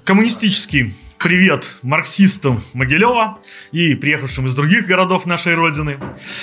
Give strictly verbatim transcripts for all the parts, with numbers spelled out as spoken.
Коммунистический привет марксистам Могилева и приехавшим из других городов нашей родины.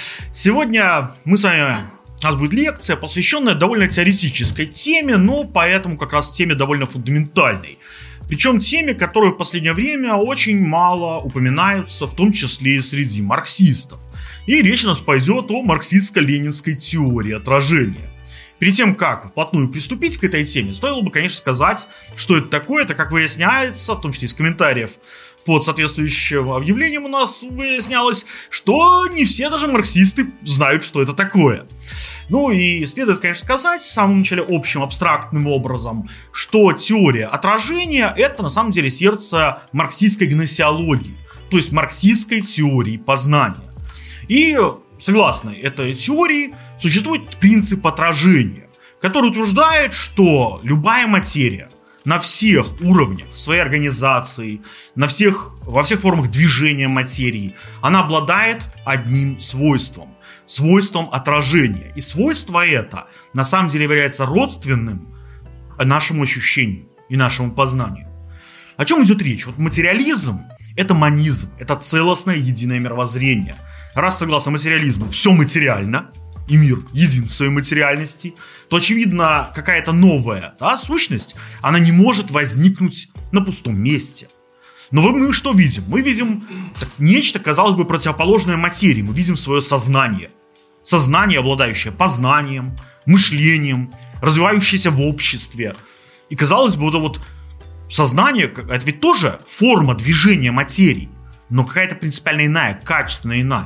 Сегодня мы с вами, у нас будет лекция, посвященная довольно теоретической теме, но поэтому как раз теме довольно фундаментальной. Причем теме, которые в последнее время очень мало упоминаются, в том числе и среди марксистов. И речь у нас пойдет о марксистско-ленинской теории отражения. Перед тем, как вплотную приступить к этой теме, стоило бы, конечно, сказать, что это такое. Это, как выясняется, в том числе из комментариев под соответствующим объявлением у нас выяснялось, что не все даже марксисты знают, что это такое. Ну и следует, конечно, сказать, в самом начале общим абстрактным образом, что теория отражения — это на самом деле сердце марксистской гносеологии, то есть марксистской теории познания. И согласно этой теории существует принцип отражения, который утверждает, что любая материя на всех уровнях своей организации, на всех, во всех формах движения материи, она обладает одним свойством. Свойством отражения. И свойство это на самом деле является родственным нашему ощущению и нашему познанию. О чем идет речь? Вот материализм — это монизм, это целостное единое мировоззрение. Раз согласно материализму все материально, и мир един в своей материальности, то, очевидно, какая-то новая да, сущность, она не может возникнуть на пустом месте. Но мы что видим? Мы видим так, нечто, казалось бы, противоположное материи. Мы видим свое сознание. Сознание, обладающее познанием, мышлением, развивающееся в обществе. И, казалось бы, вот это вот сознание, это ведь тоже форма движения материи, но какая-то принципиально иная, качественно иная.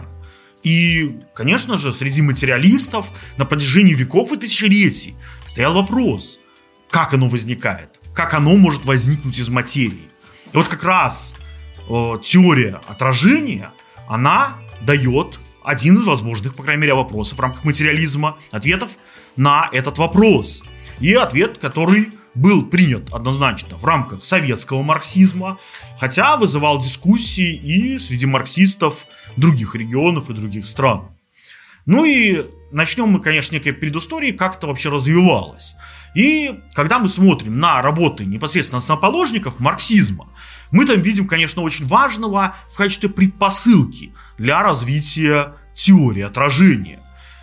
И, конечно же, среди материалистов на протяжении веков и тысячелетий стоял вопрос, как оно возникает, как оно может возникнуть из материи. И вот как раз э, теория отражения, она дает один из возможных, по крайней мере, вопросов в рамках материализма, ответов на этот вопрос. И ответ, который был принят однозначно в рамках советского марксизма, хотя вызывал дискуссии и среди марксистов других регионов и других стран. Ну и начнем мы, конечно, некой предыстории, как это вообще развивалось. И когда мы смотрим на работы непосредственно основоположников марксизма, мы там видим, конечно, очень важного в качестве предпосылки для развития теории отражения.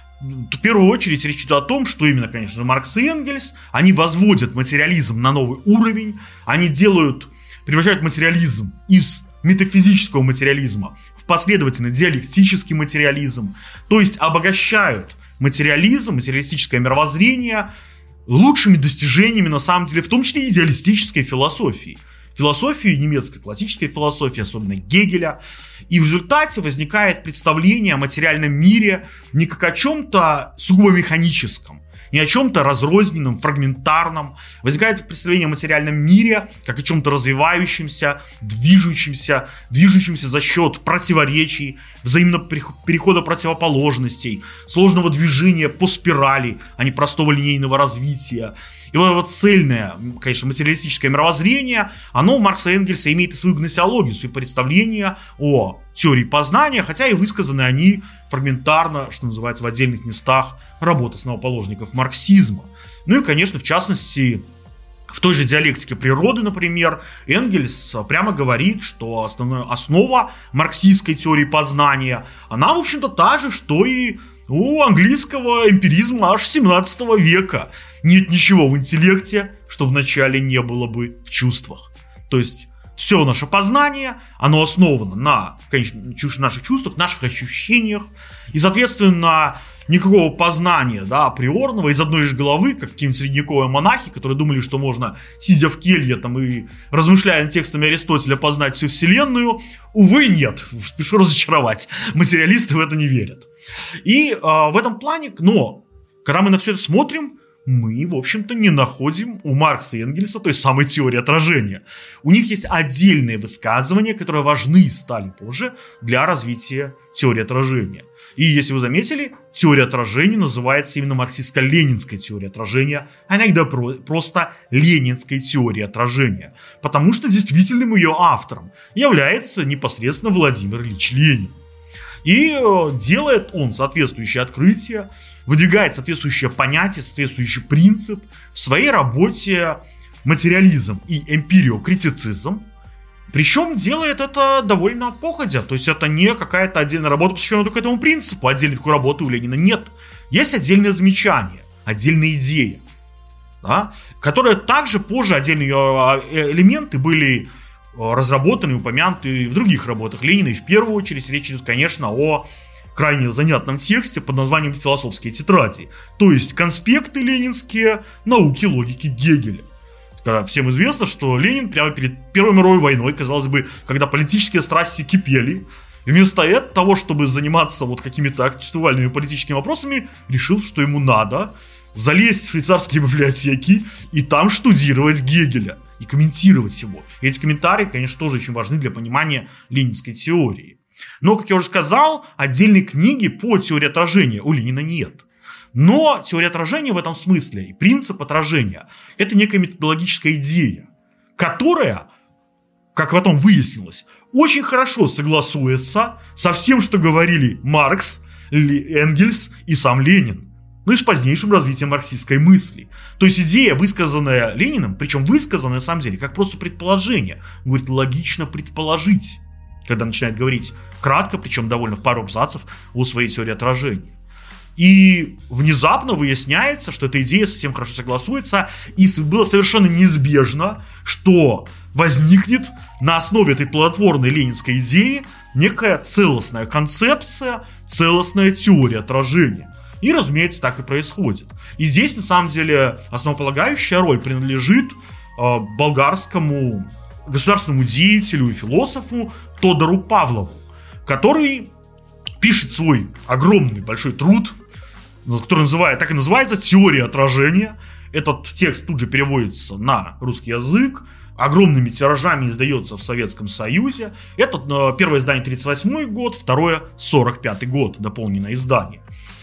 В первую очередь речь идет о том, что именно, конечно, Маркс и Энгельс, они возводят материализм на новый уровень, они делают, превращают материализм из метафизического материализма в последовательно диалектический материализм, то есть обогащают материализм, материалистическое мировоззрение лучшими достижениями, на самом деле, в том числе и идеалистической философии. Философии немецкой, классической философии, особенно Гегеля. И в результате возникает представление о материальном мире не как о чем-то сугубо механическом, не о чем-то разрозненном, фрагментарном. Возникает представление о материальном мире как о чем-то развивающемся, движущемся, движущемся за счет противоречий, взаимного перехода противоположностей, сложного движения по спирали, а не простого линейного развития. И вот это цельное, конечно, материалистическое мировоззрение, оно у Маркса и Энгельса имеет и свою гносеологию, свои представления о теории познания, хотя и высказаны они фрагментарно, что называется, в отдельных местах работ основоположников марксизма. Ну и, конечно, в частности, в той же диалектике природы, например, Энгельс прямо говорит, что основная основа марксистской теории познания, она, в общем-то, та же, что и у английского эмпиризма аж семнадцатого века. Нет ничего в интеллекте, что вначале не было бы в чувствах. То есть все наше познание, оно основано на, конечно, наших чувствах, наших ощущениях. И, соответственно, никакого познания, да, априорного из одной лишь головы, как какие-нибудь средневековые монахи, которые думали, что можно, сидя в келье там, и размышляя над текстами Аристотеля, познать всю вселенную, увы, нет, спешу разочаровать. Материалисты в это не верят. И э, в этом плане, но, когда мы на все это смотрим, мы, в общем-то, не находим у Маркса и Энгельса той самой теории отражения. У них есть отдельные высказывания, которые важны стали позже для развития теории отражения. И, если вы заметили, теория отражения называется именно марксистско-ленинской теорией отражения, а иногда про- просто ленинской теорией отражения. Потому что действительным ее автором является непосредственно Владимир Ильич Ленин. И делает он соответствующее открытие, выдвигает соответствующее понятие, соответствующий принцип в своей работе материализм и эмпириокритицизм. Причем делает это довольно походя. То есть это не какая-то отдельная работа, посвященная только этому принципу. Отдельной такой работы у Ленина нет. Есть отдельное замечание, отдельная идея, да, которые также позже отдельные элементы были разработаны и упомянуты в других работах Ленина. И в первую очередь речь идет, конечно, о крайне занятном тексте под названием «Философские тетради», то есть конспекты ленинские науки логики Гегеля. Всем известно, что Ленин прямо перед Первой мировой войной, казалось бы, когда политические страсти кипели, вместо того, чтобы заниматься вот какими-то актуальными политическими вопросами, решил, что ему надо залезть в швейцарские библиотеки и там штудировать Гегеля и комментировать его. И эти комментарии, конечно, тоже очень важны для понимания ленинской теории. Но, как я уже сказал, отдельной книги по теории отражения у Ленина нет. Но теория отражения в этом смысле и принцип отражения – это некая методологическая идея, которая, как потом выяснилось, очень хорошо согласуется со всем, что говорили Маркс, Энгельс и сам Ленин. Ну и с позднейшим развитием марксистской мысли. То есть идея, высказанная Лениным, причем высказанная на самом деле как просто предположение, говорит, логично предположить, когда начинает говорить кратко, причем довольно в пару абзацев, о своей теории отражения. И внезапно выясняется, что эта идея совсем хорошо согласуется, и было совершенно неизбежно, что возникнет на основе этой плодотворной ленинской идеи некая целостная концепция, целостная теория отражения. И, разумеется, так и происходит. И здесь, на самом деле, основополагающая роль принадлежит э, болгарскому государственному деятелю и философу Тодору Павлову, который пишет свой огромный большой труд, который называет, так и называется «Теория отражения». Этот текст тут же переводится на русский язык, огромными тиражами издается в Советском Союзе. Это первое издание тридцать восьмой год, второе сорок пятый год, дополненное издание.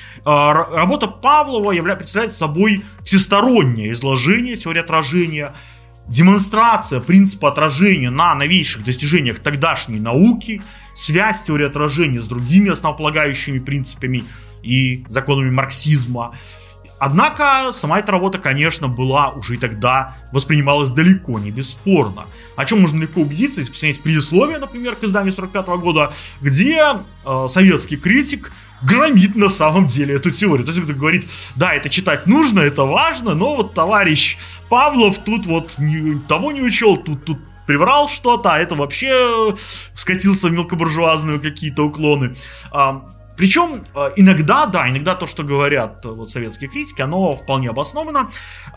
Работа Павлова является, представляет собой всестороннее изложение теории отражения, демонстрация принципа отражения на новейших достижениях тогдашней науки, связь теории отражения с другими основополагающими принципами и законами марксизма. Однако сама эта работа, конечно, была уже и тогда воспринималась далеко не бесспорно. О чем можно легко убедиться, если посмотреть предисловие, например, к изданию сорок пятого года, где э, советский критик громит на самом деле эту теорию. То есть он говорит, да, это читать нужно, это важно, но вот товарищ Павлов тут вот не, того не учел, тут, тут приврал что-то, а это вообще скатился в мелкобуржуазные какие-то уклоны. Причем иногда, да, иногда то, что говорят вот советские критики, оно вполне обосновано.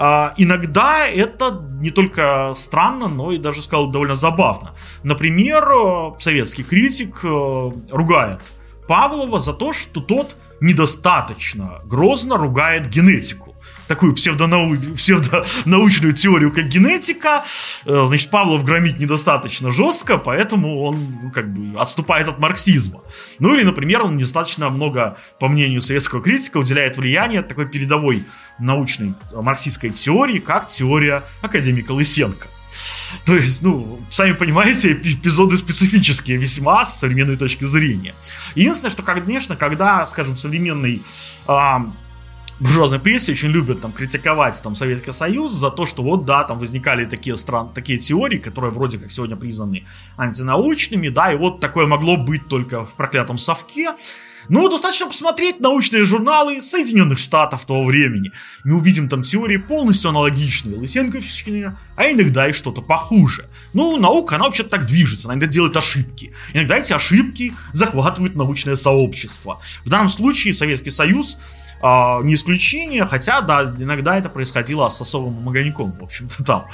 Иногда это не только странно, но и даже, сказал, довольно забавно. Например, советский критик ругает Павлова за то, что тот недостаточно грозно ругает генетику. Такую псевдонау... псевдонаучную теорию, как генетика. Значит, Павлов громит недостаточно жестко, поэтому он, ну, как бы отступает от марксизма. Ну или, например, он недостаточно много, по мнению советского критика, уделяет влияние такой передовой научной марксистской теории, как теория академика Лысенко. То есть, ну, сами понимаете, эпизоды специфические весьма с современной точки зрения. Единственное, что, конечно, когда, скажем, современный а, буржуазной прессе очень любят там критиковать там Советский Союз за то, что вот, да, там возникали такие стран, такие теории, которые вроде как сегодня признаны антинаучными, да, и вот такое могло быть только в проклятом совке. Ну, достаточно посмотреть научные журналы Соединенных Штатов того времени. Мы увидим там теории полностью аналогичные лысенковские, а иногда и что-то похуже. Ну, наука, она вообще так движется, она иногда делает ошибки. Иногда эти ошибки захватывают научное сообщество. В данном случае Советский Союз э, не исключение, хотя, да, иногда это происходило с особым огоньком, в общем-то, там.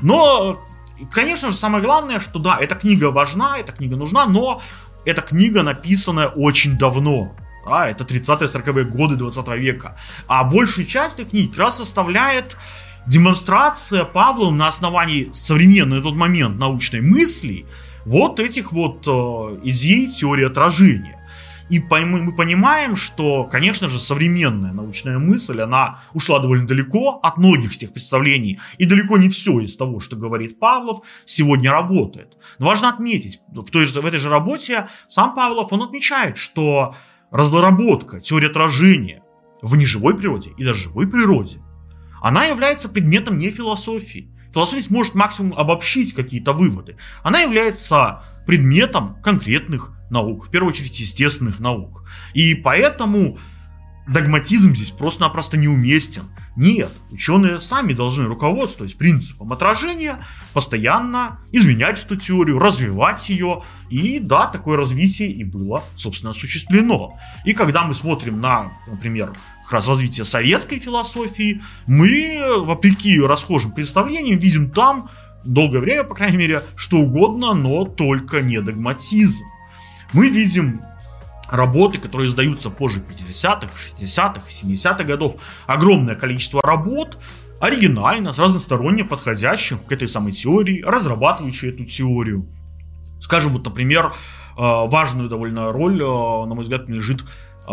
Но, конечно же, самое главное, что, да, эта книга важна, эта книга нужна, но эта книга написана очень давно, да, это тридцатые-сороковые годы двадцатого века, а большую часть этой книги как раз составляет демонстрация Павловым на основании современной на тот момент научной мысли вот этих вот э, идей теории отражения. И мы понимаем, что, конечно же, современная научная мысль, она ушла довольно далеко от многих из тех представлений, и далеко не все из того, что говорит Павлов, сегодня работает. Но важно отметить, в, той же, в этой же работе сам Павлов, он отмечает, что разработка теории отражения в неживой природе и даже живой природе, она является предметом не философии, философия может максимум обобщить какие-то выводы. Она является предметом конкретных наук, в первую очередь естественных наук. И поэтому догматизм здесь просто-напросто неуместен. Нет, ученые сами должны руководствоваться принципом отражения, постоянно изменять эту теорию, развивать ее. И да, такое развитие и было, собственно, осуществлено. И когда мы смотрим на, например, как раз развитие советской философии, мы, вопреки расхожим представлениям, видим там, долгое время, по крайней мере, что угодно, но только не догматизм. Мы видим работы, которые издаются позже пятидесятых, шестидесятых, семидесятых годов. Огромное количество работ, оригинально, разносторонне подходящих к этой самой теории, разрабатывающих эту теорию. Скажем, вот, например, важную довольно роль, на мой взгляд, лежит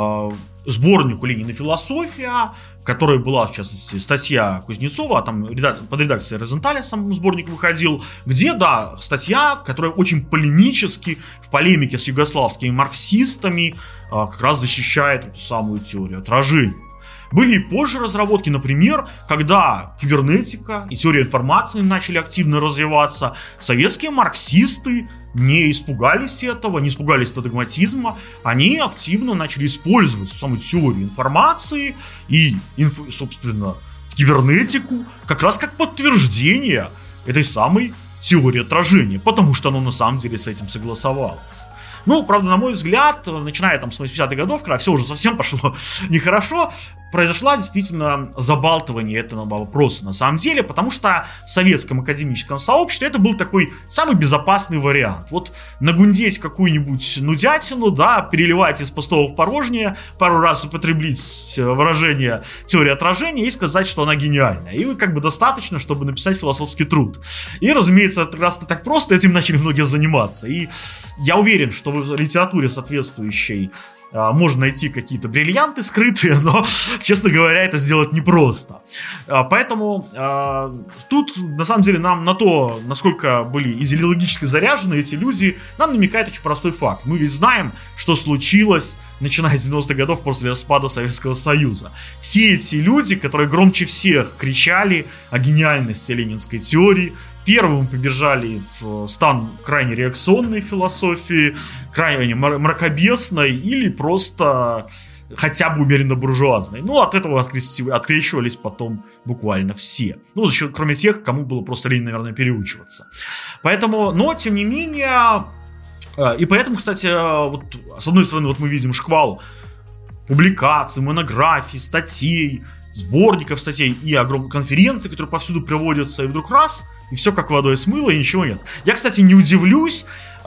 сборнику Ленина «Философия», в которой была, в частности, статья Кузнецова, там под редакцией Розенталя сам сборник выходил, где, да, статья, которая очень полемически, в полемике с югославскими марксистами, как раз защищает эту самую теорию отражения. Были и позже разработки, например, когда кибернетика и теория информации начали активно развиваться, советские марксисты не испугались этого, не испугались этого догматизма, они активно начали использовать саму теорию информации и, инф, собственно, кибернетику как раз как подтверждение этой самой теории отражения, потому что оно на самом деле с этим согласовалось. Ну, правда, на мой взгляд, начиная там с восьмидесятых годов, когда все уже совсем пошло нехорошо, произошло действительно забалтывание этого вопроса на самом деле, потому что в советском академическом сообществе это был такой самый безопасный вариант. Вот нагундеть какую-нибудь нудятину, да, переливать из пустого в порожнее, пару раз употреблить выражение теории отражения и сказать, что она гениальная. И как бы достаточно, чтобы написать философский труд. И, разумеется, раз это так просто, этим начали многие заниматься. И я уверен, что в литературе соответствующей можно найти какие-то бриллианты скрытые, но, честно говоря, это сделать непросто. Поэтому тут, на самом деле, нам на то, насколько были идеологически заряжены эти люди, нам намекает очень простой факт. Мы ведь знаем, что случилось, начиная с девяностых годов после распада Советского Союза. Все эти люди, которые громче всех кричали о гениальности ленинской теории, первым побежали в стан крайне реакционной философии, крайне мракобесной или просто хотя бы умеренно буржуазной. Ну, от этого открещивались потом буквально все. Ну, еще, кроме тех, кому было просто лень, наверное, переучиваться. Поэтому, но, тем не менее, и поэтому, кстати, вот, с одной стороны, вот мы видим шквал публикаций, монографий, статей, сборников статей и огромных конференций, которые повсюду проводятся, и вдруг раз, и все как водой смыло, и ничего нет. Я, кстати, не удивлюсь,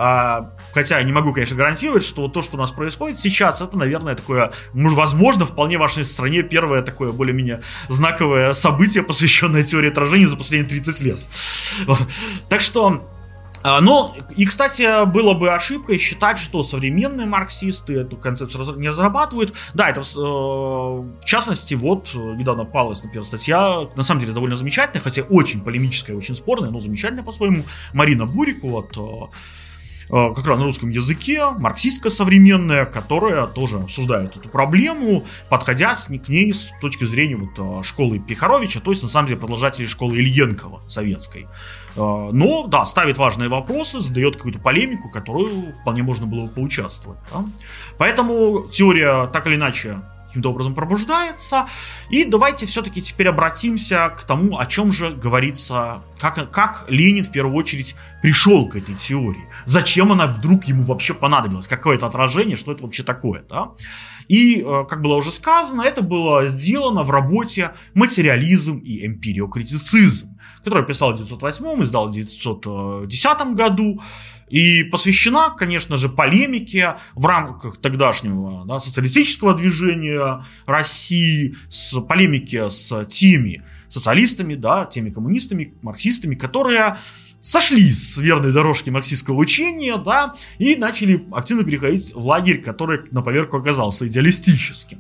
а, хотя не могу, конечно, гарантировать, что то, что у нас происходит сейчас, это, наверное, такое, возможно, вполне в вашей стране первое такое более-менее знаковое событие, посвященное теории отражения за последние тридцать лет. Так что... Но, и, кстати, было бы ошибкой считать, что современные марксисты эту концепцию не разрабатывают. Да, это, в частности, вот, недавно попалась, например, статья, на самом деле, довольно замечательная, хотя очень полемическая, очень спорная, но замечательная по-своему, Марина Бурико, вот, как раз на русском языке, марксистка современная, которая тоже обсуждает эту проблему, подходя к ней с точки зрения вот, школы Пихаровича, то есть, на самом деле, продолжателей школы Ильенкова советской. Но, да, ставит важные вопросы, задает какую-то полемику, которую вполне можно было бы поучаствовать. Да? Поэтому теория так или иначе каким-то образом пробуждается. И давайте все-таки теперь обратимся к тому, о чем же говорится, как, как Ленин в первую очередь пришел к этой теории. Зачем она вдруг ему вообще понадобилась? Какое-то отражение, что это вообще такое? Да? И, как было уже сказано, это было сделано в работе «Материализм и эмпириокритицизм», которую писал в девятьсот восьмом, издал в девятьсот десятом году. И посвящена, конечно же, полемике в рамках тогдашнего, да, социалистического движения России, с полемике с теми социалистами, да, теми коммунистами, марксистами, которые сошли с верной дорожки марксистского учения, да, и начали активно переходить в лагерь, который на поверку оказался идеалистическим.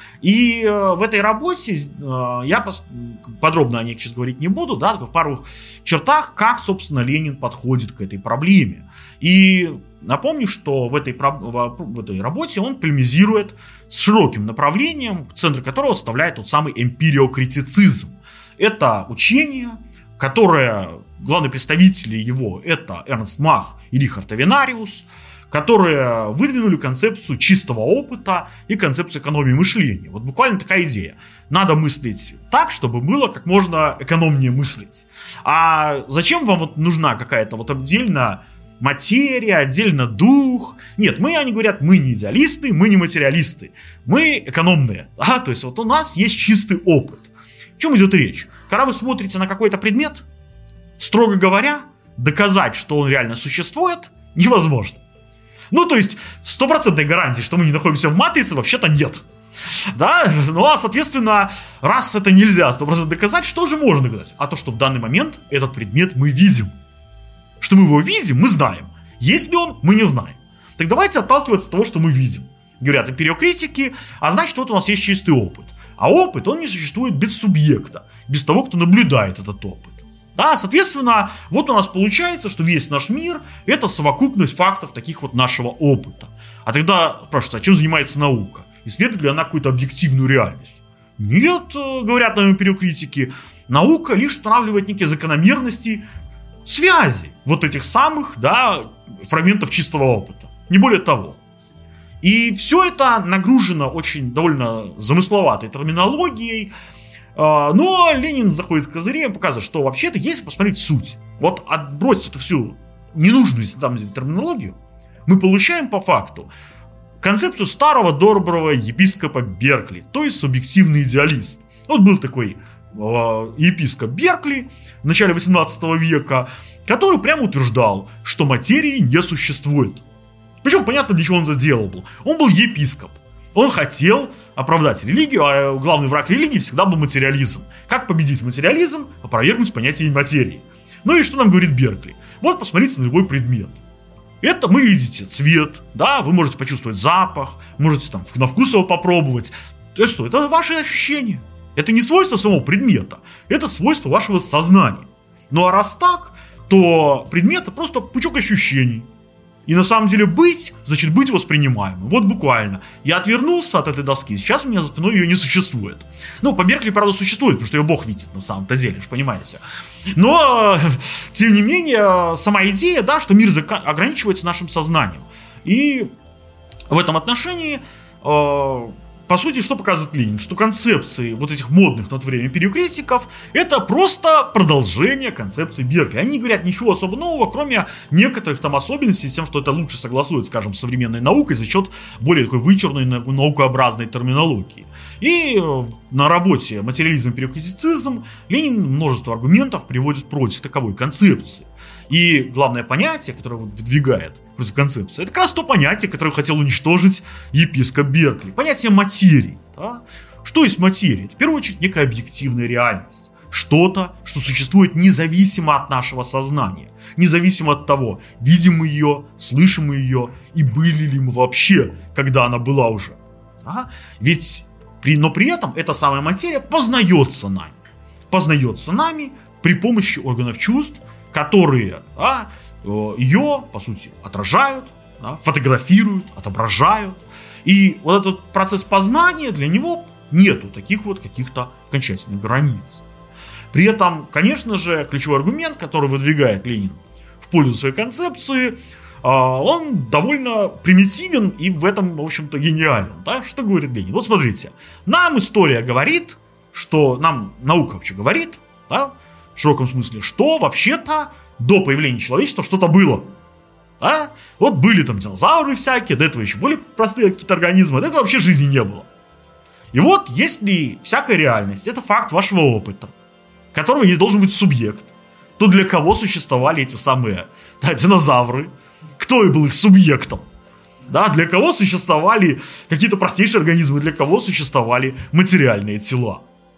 И э, в этой работе э, я подробно о ней сейчас говорить не буду, да, только в пару чертах, как, собственно, Ленин подходит к этой проблеме. И напомню, что в этой, в этой работе он полемизирует с широким направлением, в центре которого составляет тот самый эмпириокритицизм. Это учение, которая, главные представители его, это Эрнст Мах и Рихард Авенариус, которые выдвинули концепцию чистого опыта и концепцию экономии мышления. Вот буквально такая идея. Надо мыслить так, чтобы было как можно экономнее мыслить. А зачем вам вот нужна какая-то вот отдельно материя, отдельно дух? Нет, мы, они говорят, мы не идеалисты, мы не материалисты, мы экономные. А, то есть вот у нас есть чистый опыт. О чем идет речь? Когда вы смотрите на какой-то предмет, строго говоря, доказать, что он реально существует, невозможно. Ну, то есть, стопроцентной гарантии, что мы не находимся в матрице, вообще-то нет. Да? Ну, а, соответственно, раз это нельзя сто процентов доказать, что же можно доказать? А то, что в данный момент этот предмет мы видим. Что мы его видим, мы знаем. Есть ли он, мы не знаем. Так давайте отталкиваться от того, что мы видим. Говорят эмпириокритики, а значит, вот у нас есть чистый опыт. А опыт, он не существует без субъекта, без того, кто наблюдает этот опыт. Да, соответственно, вот у нас получается, что весь наш мир – это совокупность фактов таких вот нашего опыта. А тогда спрашивается, а чем занимается наука? Исследует ли она какую-то объективную реальность? Нет, говорят нам эмпириокритики, наука лишь устанавливает некие закономерности, связи вот этих самых, да, фрагментов чистого опыта. Не более того. И все это нагружено очень довольно замысловатой терминологией. Но Ленин заходит к козырям, показывает, что вообще-то, если посмотреть суть, вот отбросить эту всю ненужную там терминологию, мы получаем по факту концепцию старого доброго епископа Беркли, то есть субъективный идеалист. Вот был такой э, епископ Беркли в начале восемнадцатого века, который прямо утверждал, что материи не существует. Причем понятно, для чего он это делал был. Он был епископ. Он хотел оправдать религию, а главный враг религии всегда был материализм. Как победить материализм? Опровергнуть понятие материи. Ну и что нам говорит Беркли? Вот посмотрите на любой предмет. Это вы видите цвет, да, вы можете почувствовать запах, можете там на вкус его попробовать. Это что? Это ваши ощущения. Это не свойство самого предмета, это свойство вашего сознания. Ну а раз так, то предмет это просто пучок ощущений. И на самом деле быть, значит быть воспринимаемым. Вот буквально. Я отвернулся от этой доски, сейчас у меня за спиной ее не существует. Ну, по Беркли, правда, существует, потому что ее Бог видит на самом-то деле, вы понимаете. Но, тем не менее, сама идея, да, что мир ограничивается нашим сознанием. И в этом отношении, э, по сути, что показывает Ленин? Что концепции вот этих модных на то время эмпириокритиков это просто продолжение концепции Беркли. Они не говорят ничего особо нового, кроме некоторых там особенностей, тем, что это лучше согласует, скажем, с современной наукой за счет более такой вычурной наукообразной терминологии. И на работе «Материализм и эмпириокритицизм» Ленин множество аргументов приводит против таковой концепции. И главное понятие, которое выдвигает против концепции, это как раз то понятие, которое хотел уничтожить епископ Беркли. Понятие материи. Да? Что есть материя? Это в первую очередь некая объективная реальность. Что-то, что существует независимо от нашего сознания. Независимо от того, видим мы ее, слышим мы ее, и были ли мы вообще, когда она была уже. Да? Ведь, при, но при этом эта самая материя познается нами. Познается нами при помощи органов чувств, которые да, ее, по сути, отражают, да, фотографируют, отображают. И вот этот процесс познания, для него нету таких вот каких-то окончательных границ. При этом, конечно же, ключевой аргумент, который выдвигает Ленин в пользу своей концепции, он довольно примитивен и в этом, в общем-то, гениален. Да? Что говорит Ленин? Вот смотрите, нам история говорит, что нам наука вообще говорит, да, в широком смысле, что вообще-то до появления человечества что-то было. Да? Вот были там динозавры всякие, до этого еще более простые какие-то организмы, до этого вообще жизни не было. И вот, если всякая реальность, это факт вашего опыта, которого не должен быть субъект, то для кого существовали эти самые да, динозавры? Кто и был их субъектом? Да, для кого существовали какие-то простейшие организмы, для кого существовали материальные тела?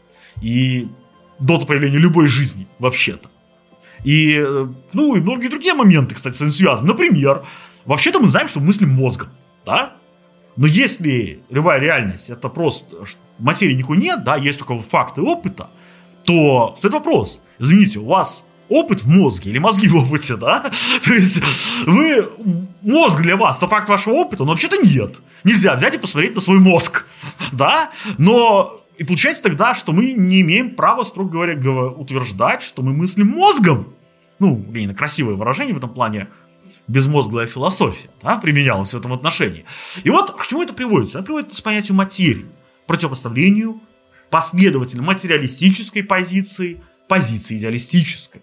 И до появления любой жизни, вообще-то. И, ну, и многие другие моменты, кстати, с этим связаны. Например, вообще-то мы знаем, что мы мыслим мозгом, да? Но если любая реальность, это просто материи никакой нет, да, есть только вот факты опыта, то стоит вопрос. Извините, у вас опыт в мозге или мозги в опыте, да? То есть вы, мозг для вас, это факт вашего опыта, но вообще-то нет. Нельзя взять и посмотреть на свой мозг, да? Но И получается тогда, что мы не имеем права, строго говоря, утверждать, что мы мыслим мозгом. Ну, Ленина красивое выражение в этом плане. Безмозглая философия, да, применялась в этом отношении. И вот к чему это приводится? Это приводит к понятию материи, противопоставлению последовательно материалистической позиции, позиции идеалистической.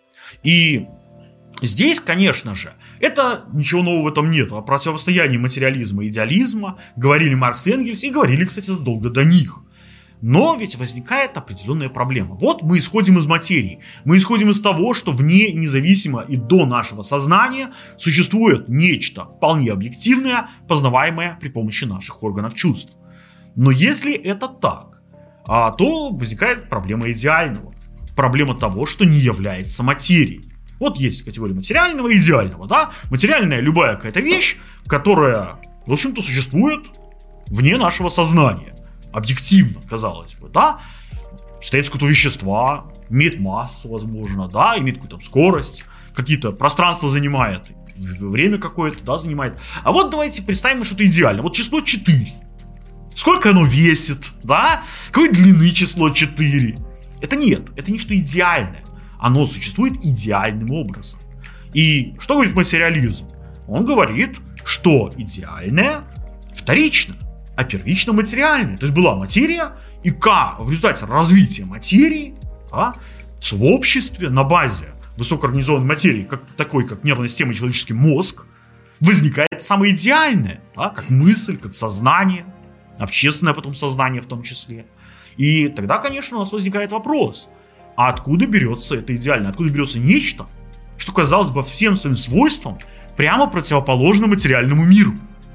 И здесь, конечно же, это ничего нового в этом нет. О противостоянии материализма и идеализма говорили Маркс и Энгельс, и говорили, кстати, задолго до них. Но ведь возникает определенная проблема. Вот мы исходим из материи. Мы исходим из того, что вне, независимо и до нашего сознания существует нечто вполне объективное, познаваемое при помощи наших органов чувств. Но если это так, то возникает проблема идеального. Проблема того, что не является материей. Вот есть категория материального и идеального. Да? Материальная любая какая-то вещь, которая, в общем-то, существует вне нашего сознания. Объективно, казалось бы, да, состоит из какого-то вещества, имеет массу, возможно, да, имеет какую-то скорость, какие-то пространства занимает, время какое-то, да, занимает. А вот давайте представим что-то идеальное. Вот число четыре. Сколько оно весит, да? Какой длины число четыре? Это нет, это нечто идеальное. Оно существует идеальным образом. И что говорит материализм? Он говорит, что идеальное вторично. А первично материальная. То есть была материя, и как в результате развития материи, да, в обществе на базе высокоорганизованной материи, как, такой как нервная система, человеческий мозг, возникает самое идеальное, да, как мысль, как сознание, общественное потом сознание в том числе. И тогда, конечно, у нас возникает вопрос, а откуда берется это идеальное, откуда берется нечто, что, казалось бы, всем своим свойствам прямо противоположно материальному миру.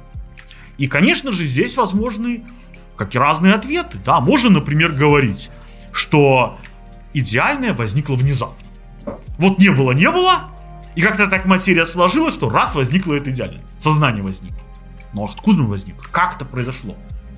И, конечно же, здесь возможны как и разные ответы. Да, можно, например, говорить, что идеальное возникло внезапно. Вот не было, не было, и как-то так материя сложилась, что раз возникло это идеальное. Сознание возникло. Но откуда оно возникло? Как это произошло?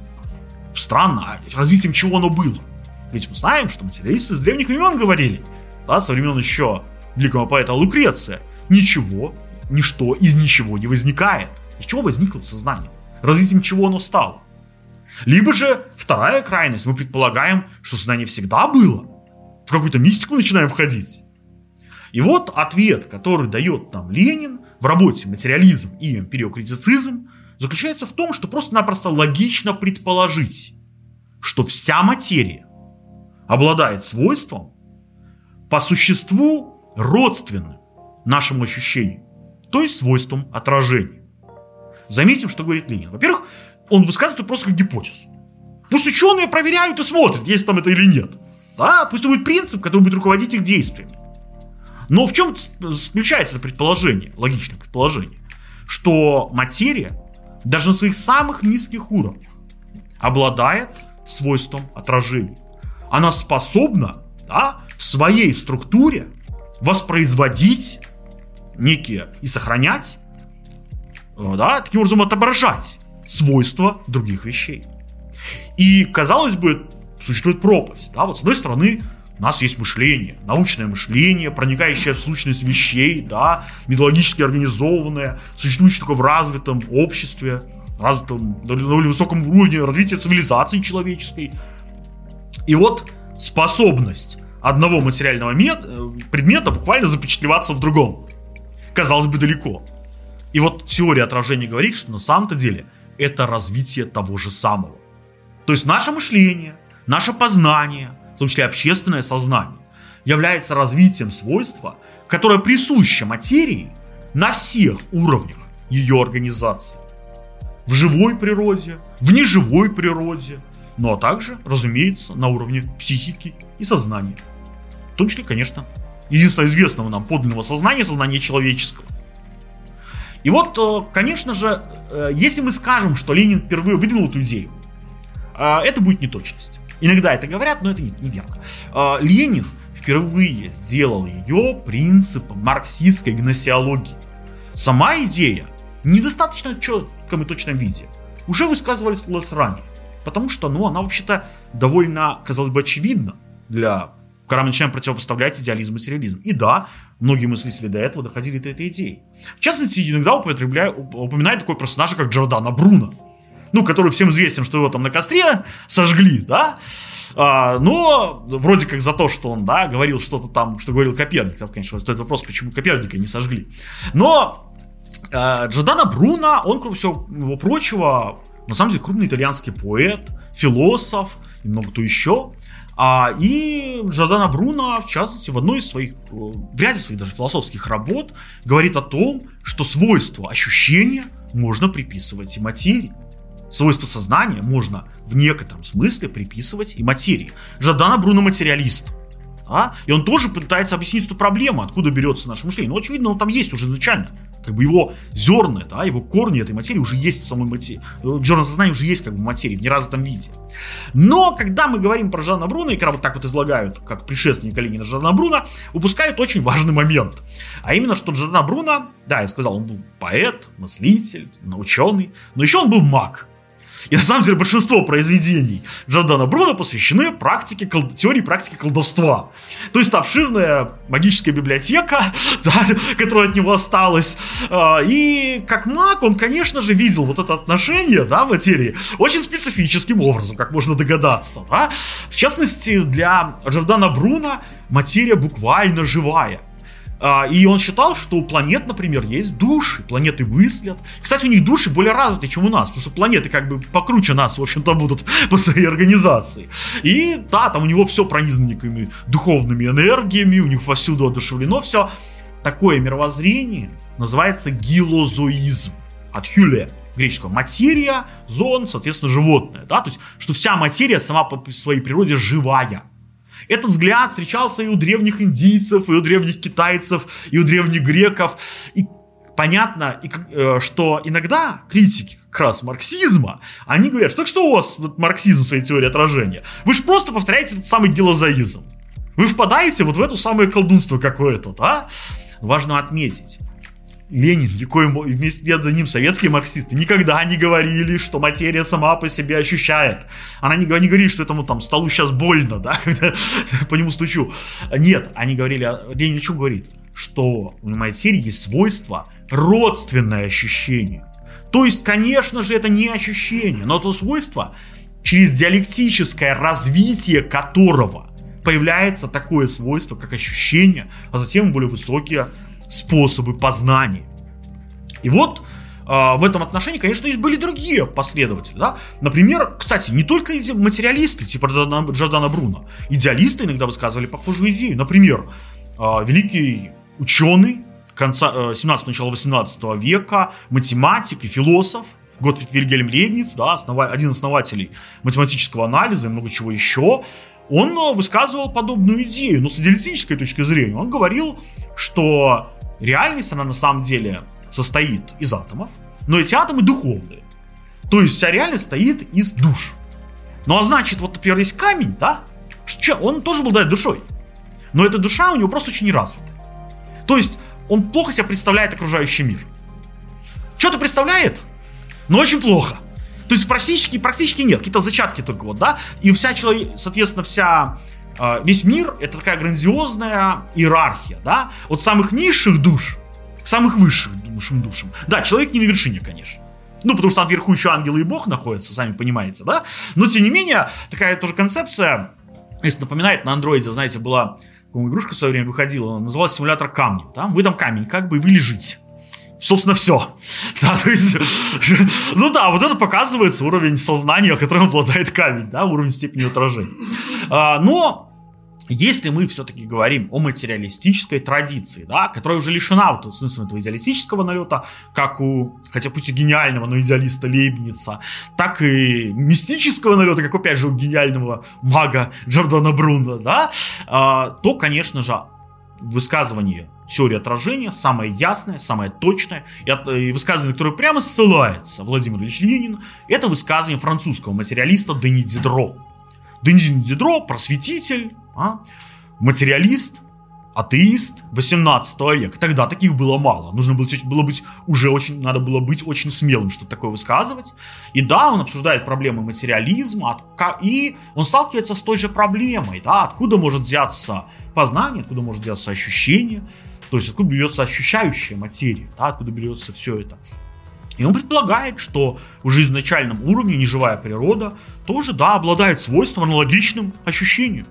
Странно, а развитием чего оно было? Ведь мы знаем, что материалисты с древних времен говорили, да, со времен еще великого поэта Лукреция, ничего, ничто из ничего не возникает. Из чего возникло сознание? Развитием чего оно стало? Либо же вторая крайность, мы предполагаем, что сознание всегда было. В какую-то мистику начинаем входить. И вот ответ, который дает нам Ленин в работе «Материализм и эмпириокритицизм», заключается в том, что просто-напросто логично предположить, что вся материя обладает свойством по существу родственным нашему ощущению, то есть свойством отражения. Заметим, что говорит Ленин. Во-первых, он высказывает это просто как гипотезу. Пусть ученые проверяют и смотрят, есть там это или нет. Да, пусть это будет принцип, который будет руководить их действиями. Но в чем заключается это предположение, логичное предположение? Что материя, даже на своих самых низких уровнях, обладает свойством отражения. Она способна, да, в своей структуре воспроизводить некие и сохранять, да, таким образом отображать свойства других вещей. И, казалось бы, существует пропасть. Да? Вот с одной стороны, у нас есть мышление, научное мышление, проникающее в сущность вещей, да, методологически организованное, существующее только в развитом обществе, развитом, довольно высоком уровне развития цивилизации человеческой. И вот способность одного материального предмета буквально запечатлеваться в другом. Казалось бы, далеко. И вот теория отражения говорит, что на самом-то деле это развитие того же самого. То есть наше мышление, наше познание, в том числе общественное сознание, является развитием свойства, которое присуще материи на всех уровнях ее организации. В живой природе, в неживой природе, ну а также, разумеется, на уровне психики и сознания. В том числе, конечно, единственного известного нам подлинного сознания, сознания человеческого. И вот, конечно же, если мы скажем, что Ленин впервые выдвинул эту идею, это будет неточность. Иногда это говорят, но это неверно. Ленин впервые сделал ее принципом марксистской гносеологии. Сама идея в недостаточно четком и точном виде уже высказывалась ранее, потому что, ну, она вообще-то довольно, казалось бы, очевидна для, когда мы начинаем противопоставлять идеализм и материализм. И да, многие мыслители до этого доходили до этой идеи. В частности, иногда употребляют, упоминают такой персонаж, как Джордано Бруно. ну, который всем известен, что его там на костре сожгли, да, а, но вроде как за то, что он, да, говорил что-то там, что говорил Коперник, там, конечно, стоит вопрос, почему Коперника не сожгли, но а, Джордано Бруно, он, кроме всего прочего, на самом деле крупный итальянский поэт, философ и много кто еще. А, и Джордано Бруно, в частности, в одной из своих, в ряде своих даже философских работ говорит о том, что свойства ощущения можно приписывать и материи. Свойства сознания можно в некотором смысле приписывать и материи. Джордано Бруно материалист. Да? И он тоже пытается объяснить эту проблему, откуда берется наше мышление. Но, очевидно, он там есть уже изначально. Как бы его зерна, да, его корни этой материи уже есть в самой материи. Зерна сознания уже есть как бы в материи, в неразвитом виде. Но когда мы говорим про Джордано Бруно, и когда вот так вот излагают, как предшественник Ленина Джордано Бруно, упускают очень важный момент. А именно, что Джордано Бруно, да, я сказал, он был поэт, мыслитель, ученый, но еще он был маг. И на самом деле большинство произведений Джордано Бруно посвящены практике, теории практики колдовства. То есть обширная магическая библиотека, да, которая от него осталась. И как маг он, конечно же, видел вот это отношение, да, материи очень специфическим образом, как можно догадаться. Да. В частности, для Джордано Бруно материя буквально живая. И он считал, что у планет, например, есть души, планеты мыслят. Кстати, у них души более развиты, чем у нас, потому что планеты как бы покруче нас, в общем-то, будут по своей организации. И да, там у него все пронизано некими духовными энергиями, у них повсюду одушевлено все. Такое мировоззрение называется гилозоизм, от хюле, греческого. Материя, зоон, соответственно, животное. Да? То есть, что вся материя сама по своей природе живая. Этот взгляд встречался и у древних индийцев, и у древних китайцев, и у древних греков. И понятно, что иногда критики как раз марксизма, они говорят, что, что у вас вот, марксизм в своей теории отражения? Вы же просто повторяете этот самый гилозоизм. Вы впадаете вот в это самое колдунство какое-то, да? Важно отметить. Ленин, и вместе за ним советские марксисты никогда не говорили, что материя сама по себе ощущает. Она не, не говорит, что этому там столу сейчас больно, да, когда по нему стучу. Нет, они говорили, Ленин о чем говорит? Что у материи есть свойство родственное ощущению. То есть, конечно же, это не ощущение, но это свойство, через диалектическое развитие которого появляется такое свойство, как ощущение, а затем более высокие способы познания. И вот э, в этом отношении, конечно, есть были другие последователи. Да? Например, кстати, не только материалисты, типа Джордано Бруно, идеалисты иногда высказывали похожую идею. Например, э, великий ученый конца э, семнадцатого, начала восемнадцатого века, математик и философ Готфрид Вильгельм Лейбниц, да, основа, один из основателей математического анализа и много чего еще, он высказывал подобную идею, но с идеалистической точки зрения. Он говорил, что реальность, она на самом деле состоит из атомов, но эти атомы духовные. То есть вся реальность состоит из душ. Ну а значит, вот, например, есть камень, да, он тоже обладает душой. Но эта душа у него просто очень неразвита. То есть он плохо себе представляет окружающий мир. Что-то представляет, но очень плохо. То есть практически, практически нет, какие-то зачатки только вот, да. И вся человек, соответственно, вся, весь мир это такая грандиозная иерархия, да, от самых низших душ к самых высших душам душам. Да, человек не на вершине, конечно. Ну, потому что там вверху еще ангелы и Бог находятся, сами понимаете, да. Но, тем не менее, такая тоже концепция, если напоминает, на андроиде, знаете, была, по-моему, игрушка в свое время выходила, называлась симулятор камня. Там вы там камень, как бы, и вы лежите. Собственно, все. Да, то есть, ну да, вот это показывается уровень сознания, которым обладает камень, да, уровень степени отражения. А, но если мы все-таки говорим о материалистической традиции, да, которая уже лишена вот, смысла этого идеалистического налета, как у, хотя пусть и гениального, но идеалиста Лейбница, так и мистического налета, как опять же у гениального мага Джордано Бруно, да, а, то, конечно же, высказывание теории отражения самое ясное, самое точное, и, от, и высказывание, которое прямо ссылается Владимир Ильич Ленин, это высказывание французского материалиста Дени Дидро. Дени Дидро, просветитель, а, материалист, атеист восемнадцатого века. Тогда таких было мало. Нужно было, было быть уже очень, надо было быть очень смелым, чтобы такое высказывать. И да, он обсуждает проблемы материализма, и он сталкивается с той же проблемой, да, откуда может взяться познание, откуда может взяться ощущение, то есть откуда берется ощущающая материя, да, откуда берется все это. И он предполагает, что уже изначальном уровне неживая природа тоже, да, обладает свойством аналогичным ощущению.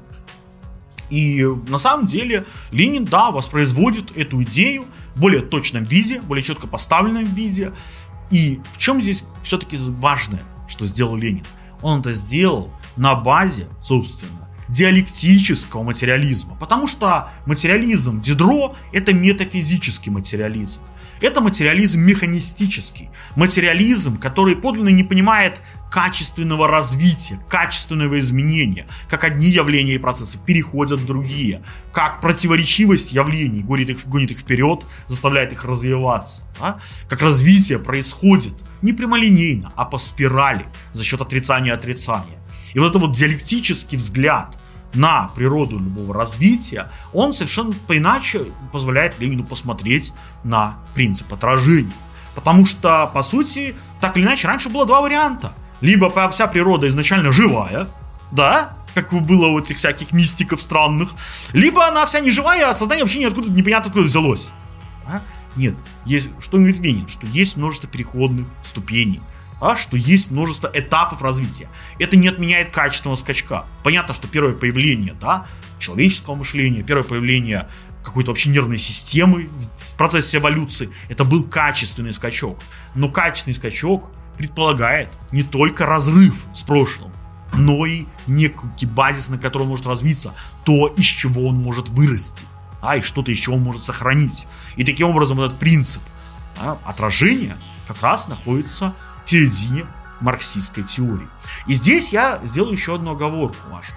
И на самом деле Ленин, да, воспроизводит эту идею в более точном виде, более четко поставленном виде. И в чем здесь все-таки важное, что сделал Ленин? Он это сделал на базе, собственно, диалектического материализма. Потому что материализм Дидро – это метафизический материализм. Это материализм механистический. Материализм, который подлинно не понимает качественного развития, качественного изменения, как одни явления и процессы переходят в другие, как противоречивость явлений гонит их, гонит их вперед, заставляет их развиваться, да? Как развитие происходит не прямолинейно, а по спирали за счет отрицания отрицания. И вот этот вот диалектический взгляд на природу любого развития, он совершенно иначе позволяет Ленину посмотреть на принцип отражения. Потому что, по сути, так или иначе, раньше было два варианта. Либо вся природа изначально живая, да, как было у этих всяких мистиков странных, либо она вся не живая, а сознание вообще ниоткуда, непонятно откуда взялось. Да? Нет, есть, что говорит Ленин, что есть множество переходных ступеней, а, что есть множество этапов развития. Это не отменяет качественного скачка. Понятно, что первое появление, да, человеческого мышления, первое появление какой-то вообще нервной системы в процессе эволюции, это был качественный скачок. Но качественный скачок предполагает не только разрыв с прошлым, но и некий базис, на котором он может развиться, то, из чего он может вырасти, а, и что-то, из чего он может сохранить. И таким образом этот принцип, да, отражения как раз находится в середине марксистской теории. И здесь я сделаю еще одну оговорку вашу,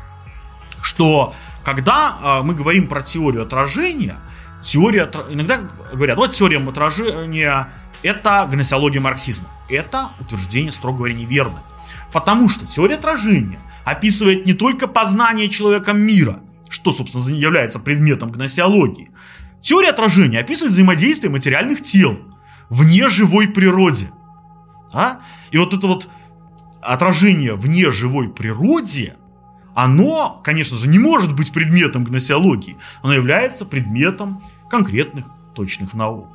что когда э, мы говорим про теорию отражения, теория, иногда говорят, вот теория отражения – это гносеология марксизма. Это утверждение, строго говоря, неверно. Потому что теория отражения описывает не только познание человеком мира, что, собственно, является предметом гносеологии. Теория отражения описывает взаимодействие материальных тел в неживой природе. А? И вот это вот отражение в неживой природе, оно, конечно же, не может быть предметом гносеологии. Оно является предметом конкретных точных наук.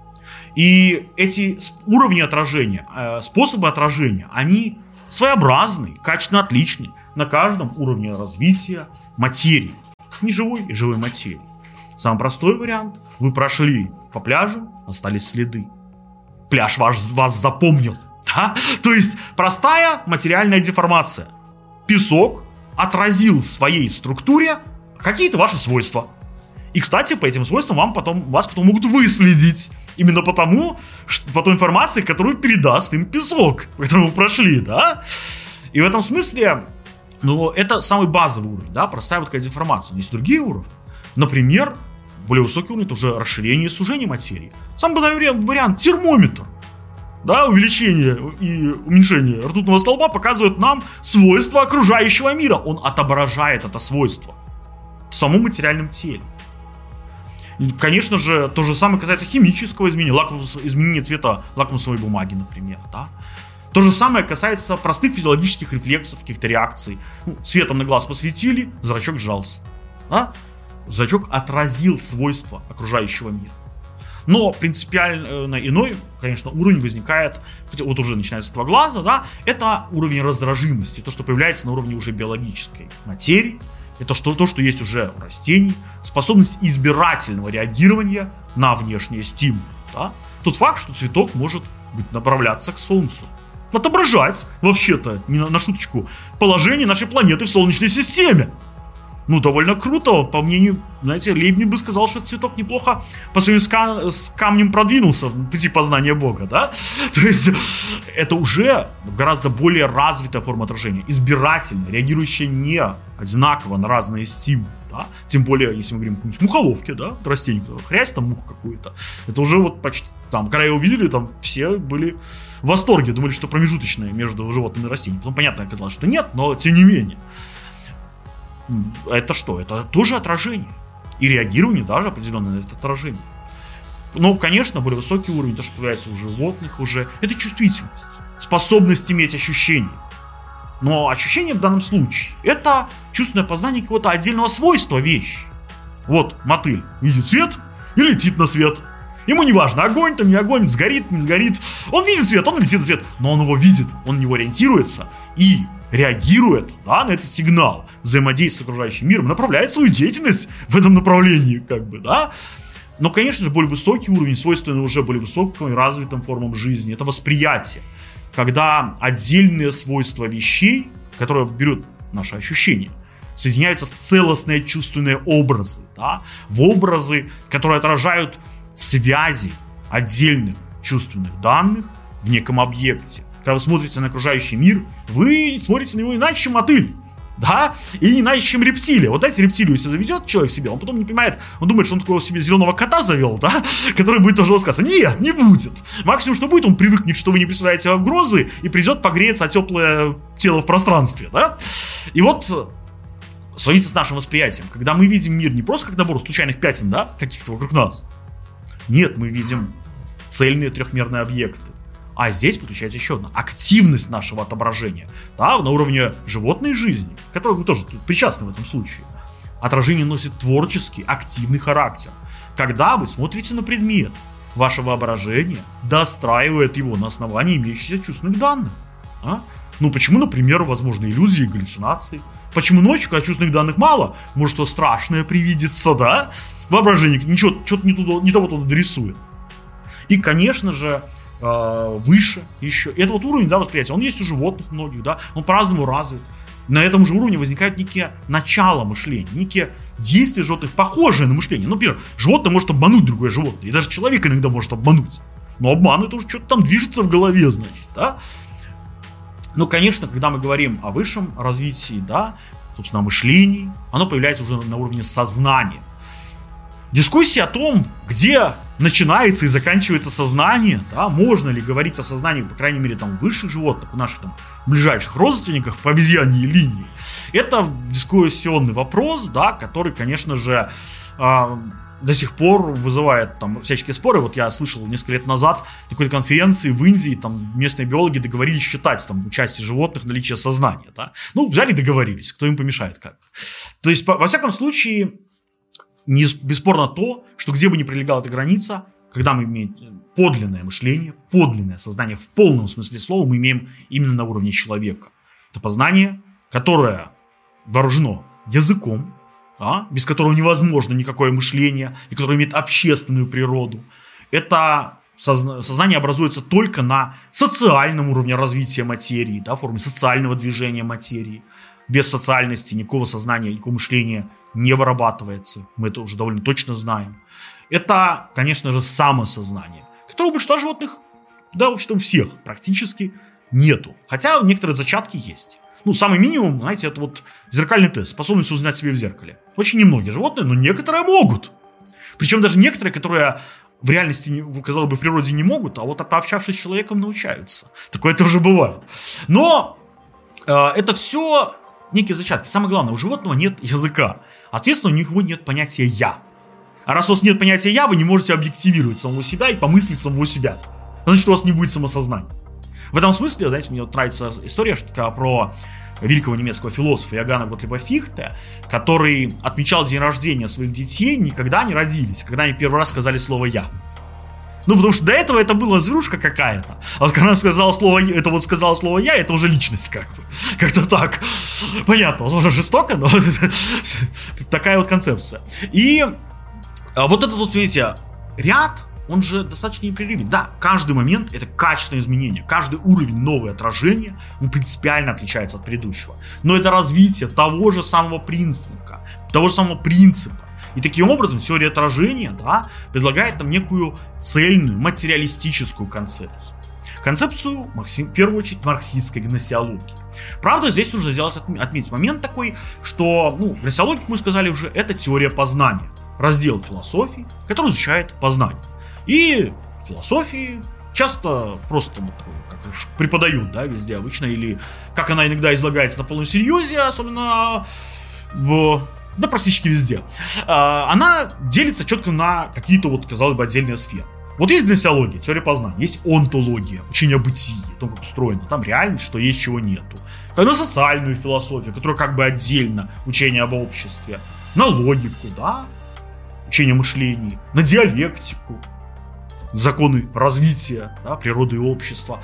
И эти уровни отражения, способы отражения, они своеобразны, качественно отличны на каждом уровне развития материи, неживой и живой материи. Самый простой вариант: вы прошли по пляжу, остались следы. Пляж ваш, вас запомнил. Да? То есть простая материальная деформация. Песок отразил в своей структуре какие-то ваши свойства. И, кстати, по этим свойствам вам потом, вас потом могут выследить. Именно потому, что, по той информации, которую передаст им песок, по которому вы прошли, да? И в этом смысле, ну, это самый базовый уровень, да, простая вот такая деформация. Но есть другие уровни. Например, более высокий уровень — это уже расширение и сужение материи. Самый банальный вариант — термометр. Да, увеличение и уменьшение ртутного столба показывают нам свойства окружающего мира. Он отображает это свойство в самом материальном теле. И, конечно же, то же самое касается химического изменения, лакмус, изменения цвета лакмусовой бумаги, например. Да? То же самое касается простых физиологических рефлексов, каких-то реакций. Ну, светом на глаз посветили, зрачок сжался. Да? Зрачок отразил свойства окружающего мира. Но принципиально иной, конечно, уровень возникает, хотя вот уже начинается с этого глаза, да, это уровень раздражимости, то, что появляется на уровне уже биологической материи. Это что, то, что есть уже у растений, способность избирательного реагирования на внешние стимулы. Да? Тот факт, что цветок может быть, направляться к Солнцу. Отображать, вообще-то, не на, на шуточку, положение нашей планеты в Солнечной системе. Ну, довольно круто. По мнению, знаете, Лейбниц бы сказал, что этот цветок неплохо по сравнению с, кам- с камнем продвинулся в пути познания Бога, да? То есть это уже гораздо более развитая форма отражения, избирательная, реагирующая не одинаково на разные стимулы, да? Тем более, если мы говорим о какой-нибудь мухоловке, да, растение, хрясь там муха какую-то, это уже вот почти, там, когда его увидели, там все были в восторге, думали, что промежуточное между животными и растениями. Потом понятно оказалось, что нет, но тем не менее. Это что? Это тоже отражение. И реагирование даже определенное на это отражение. Но, конечно, более высокий уровень, то, что появляется у животных уже, это чувствительность, способность иметь ощущения. Но ощущение в данном случае это чувственное познание какого-то отдельного свойства вещи. Вот мотыль видит свет и летит на свет. Ему не важно, огонь там, не огонь, сгорит, не сгорит. Он видит свет, он летит на свет, но он его видит, он на него ориентируется и реагирует, да, на этот сигнал, взаимодействует с окружающим миром, направляет свою деятельность в этом направлении, как бы, да. Но, конечно же, более высокий уровень, свойственный уже более высоким и развитым формам жизни, это восприятие, когда отдельные свойства вещей, которые берут наши ощущения, соединяются в целостные чувственные образы, да, в образы, которые отражают связи отдельных чувственных данных в неком объекте. Когда вы смотрите на окружающий мир, вы смотрите на него иначе, чем мотыль, да, и не иначе, чем рептилия. Вот эти рептилию, если заведет человек себе, он потом не понимает, он думает, что он такого себе зеленого кота завел, да, который будет тоже рассказывать. Нет, не будет. Максимум, что будет, он привыкнет, что вы не представляете угрозы, и придет погреться о теплое тело в пространстве, да. И вот сравнится с нашим восприятием, когда мы видим мир не просто как набор случайных пятен, да, каких-то вокруг нас. Нет, мы видим цельные трехмерные объекты. А здесь подключается еще одна активность нашего отображения, да, на уровне животной жизни, к которой мы тоже причастны в этом случае. Отражение носит творческий, активный характер. Когда вы смотрите на предмет, ваше воображение достраивает его на основании имеющихся чувственных данных. А? Ну почему, например, возможны иллюзии и галлюцинации? Почему ночью, когда чувственных данных мало, может что страшное привидится, да? Воображение ничего, что-то не, туда, не того туда дорисует. И, конечно же, выше еще. И этот вот уровень, да, восприятия, он есть у животных многих, да, он по-разному развит. На этом же уровне возникают некие начала мышления, некие действия животных, похожие на мышление. Например, животное может обмануть другое животное, и даже человек иногда может обмануть. Но обман — это уже что-то там движется в голове, значит, да. Ну, конечно, когда мы говорим о высшем развитии, да, собственно, о мышлении, оно появляется уже на уровне сознания. Дискуссия о том, где начинается и заканчивается сознание, да, можно ли говорить о сознании, по крайней мере, там, высших животных, у наших там ближайших родственников по обезьяньей линии, это дискуссионный вопрос, да, который, конечно же, э, до сих пор вызывает там всяческие споры. Вот я слышал несколько лет назад на какой-то конференции в Индии, там местные биологи договорились считать там у части животных наличие сознания, да. Ну, взяли и договорились, кто им помешает, как. То есть, во всяком случае, не, бесспорно то, что где бы ни пролегала эта граница, когда мы имеем подлинное мышление, подлинное сознание в полном смысле слова, мы имеем именно на уровне человека. Это познание, которое вооружено языком, да, без которого невозможно никакое мышление, и которое имеет общественную природу. Это созна- сознание образуется только на социальном уровне развития материи, да, в форме социального движения материи. Без социальности никакого сознания, никакого мышления не вырабатывается. Мы это уже довольно точно знаем. Это, конечно же, самосознание, которого у большинства животных, да, в общем-то, у всех практически нету. Хотя некоторые зачатки есть. Ну, самый минимум, знаете, это вот зеркальный тест, способность узнать себя в зеркале. Очень немногие животные, но некоторые могут. Причем даже некоторые, которые в реальности, казалось бы, в природе не могут, а вот пообщавшись с человеком, научаются. Такое тоже бывает. Но э, это все некие зачатки. Самое главное, у животного нет языка. Соответственно, у него нет понятия «я». А раз у вас нет понятия «я», вы не можете объективировать самого себя и помыслить самого себя. Значит, у вас не будет самосознания. В этом смысле, знаете, мне вот нравится история что про великого немецкого философа Иоганна Готлиба Фихте, который отмечал день рождения своих детей не когда они родились, а когда они первый раз сказали слово «я». Ну, потому что до этого это была зверушка какая-то. А вот когда она сказала слово, это вот сказала слово «я», это уже личность как бы. Как-то так. Понятно, возможно, жестоко, но такая вот концепция. И вот этот вот, видите, ряд, он же достаточно непрерывен. Да, каждый момент — это качественное изменение. Каждый уровень новое отражение, он принципиально отличается от предыдущего. Но это развитие того же самого принципа, того же самого принципа. И таким образом теория отражения, да, предлагает нам некую цельную материалистическую концепцию. Концепцию, в первую очередь, марксистской гносеологии. Правда, здесь нужно сделать, отметить момент такой, что, ну, гносеология, как мы сказали уже, это теория познания. Раздел философии, который изучает познание. И в философии часто просто вот, как преподают, да, везде обычно, или как она иногда излагается на полном серьезе, особенно в... да практически везде. Она делится четко на какие-то, вот, казалось бы, отдельные сферы. Вот есть гносеология, теория познания, есть онтология, учение о бытии, о том, как устроено, там реальность, что есть, чего нету. На социальную философию, которая как бы отдельно, учение об обществе, на логику, да, учение о мышлении, на диалектику, законы развития, да, природы и общества.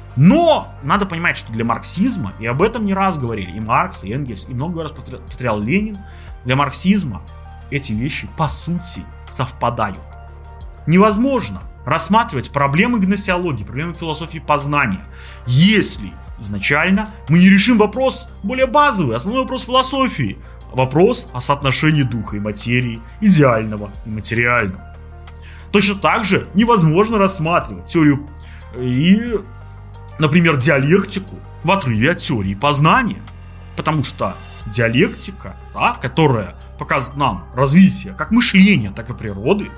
Но надо понимать, что для марксизма, и об этом не раз говорили и Маркс, и Энгельс, и много раз повторял Ленин, для марксизма эти вещи по сути совпадают. Невозможно рассматривать проблемы гносеологии, проблемы философии познания, если изначально мы не решим вопрос более базовый, основной вопрос философии, вопрос о соотношении духа и материи, идеального и материального. Точно так же невозможно рассматривать теорию и, например, диалектику в отрыве от теории познания, потому что диалектика, да, которая показывает нам развитие как мышления, так и природы,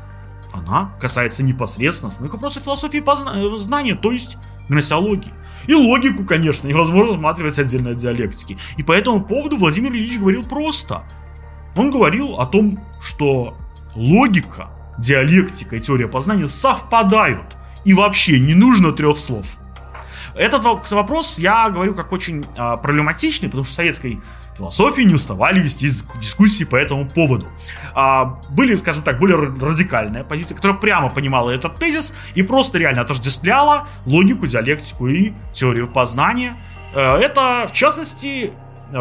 она касается непосредственно основных вопросов философии познания, то есть гносеологии. И логику, конечно, невозможно рассматривать отдельно от диалектики. И по этому поводу Владимир Ильич говорил просто. Он говорил о том, что логика, диалектика и теория познания совпадают. И вообще не нужно трех слов. Этот вопрос я говорю как очень а, проблематичный, потому что в советской философии не уставали вести дискуссии по этому поводу. А, были, скажем так, более радикальная позиция, которая прямо понимала этот тезис и просто реально отождествляла логику, диалектику и теорию познания. Это, в частности,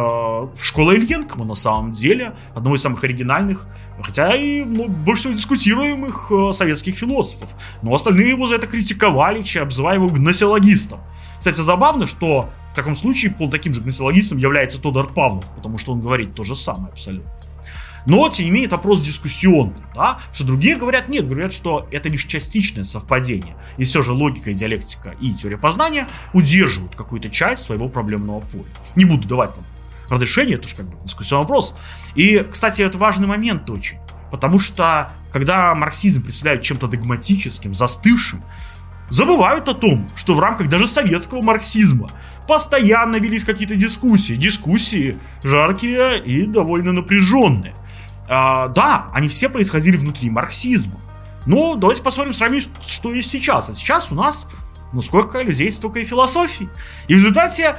школа Ильенкова на самом деле, одного из самых оригинальных, хотя и ну, больше всего дискутируемых советских философов. Но остальные его за это критиковали, обзывая его гносеологистом. Кстати, забавно, что в таком случае таким же гносеологистом является Тодор Павлов, потому что он говорит то же самое абсолютно. Но, тем не менее, это вопрос дискуссионный, да? Что другие говорят нет, говорят, что это лишь частичное совпадение. И все же логика, диалектика и теория познания удерживают какую-то часть своего проблемного поля. Не буду давать вам разрешение, это же как бы дискуссионный вопрос. И, кстати, это важный момент очень, потому что, когда марксизм представляют чем-то догматическим, застывшим, забывают о том, что в рамках даже советского марксизма постоянно велись какие-то дискуссии. Дискуссии жаркие и довольно напряженные. А, да, они все происходили внутри марксизма. Но давайте посмотрим, сравним, что есть сейчас. А сейчас у нас, ну сколько людей, столько и философий. И в результате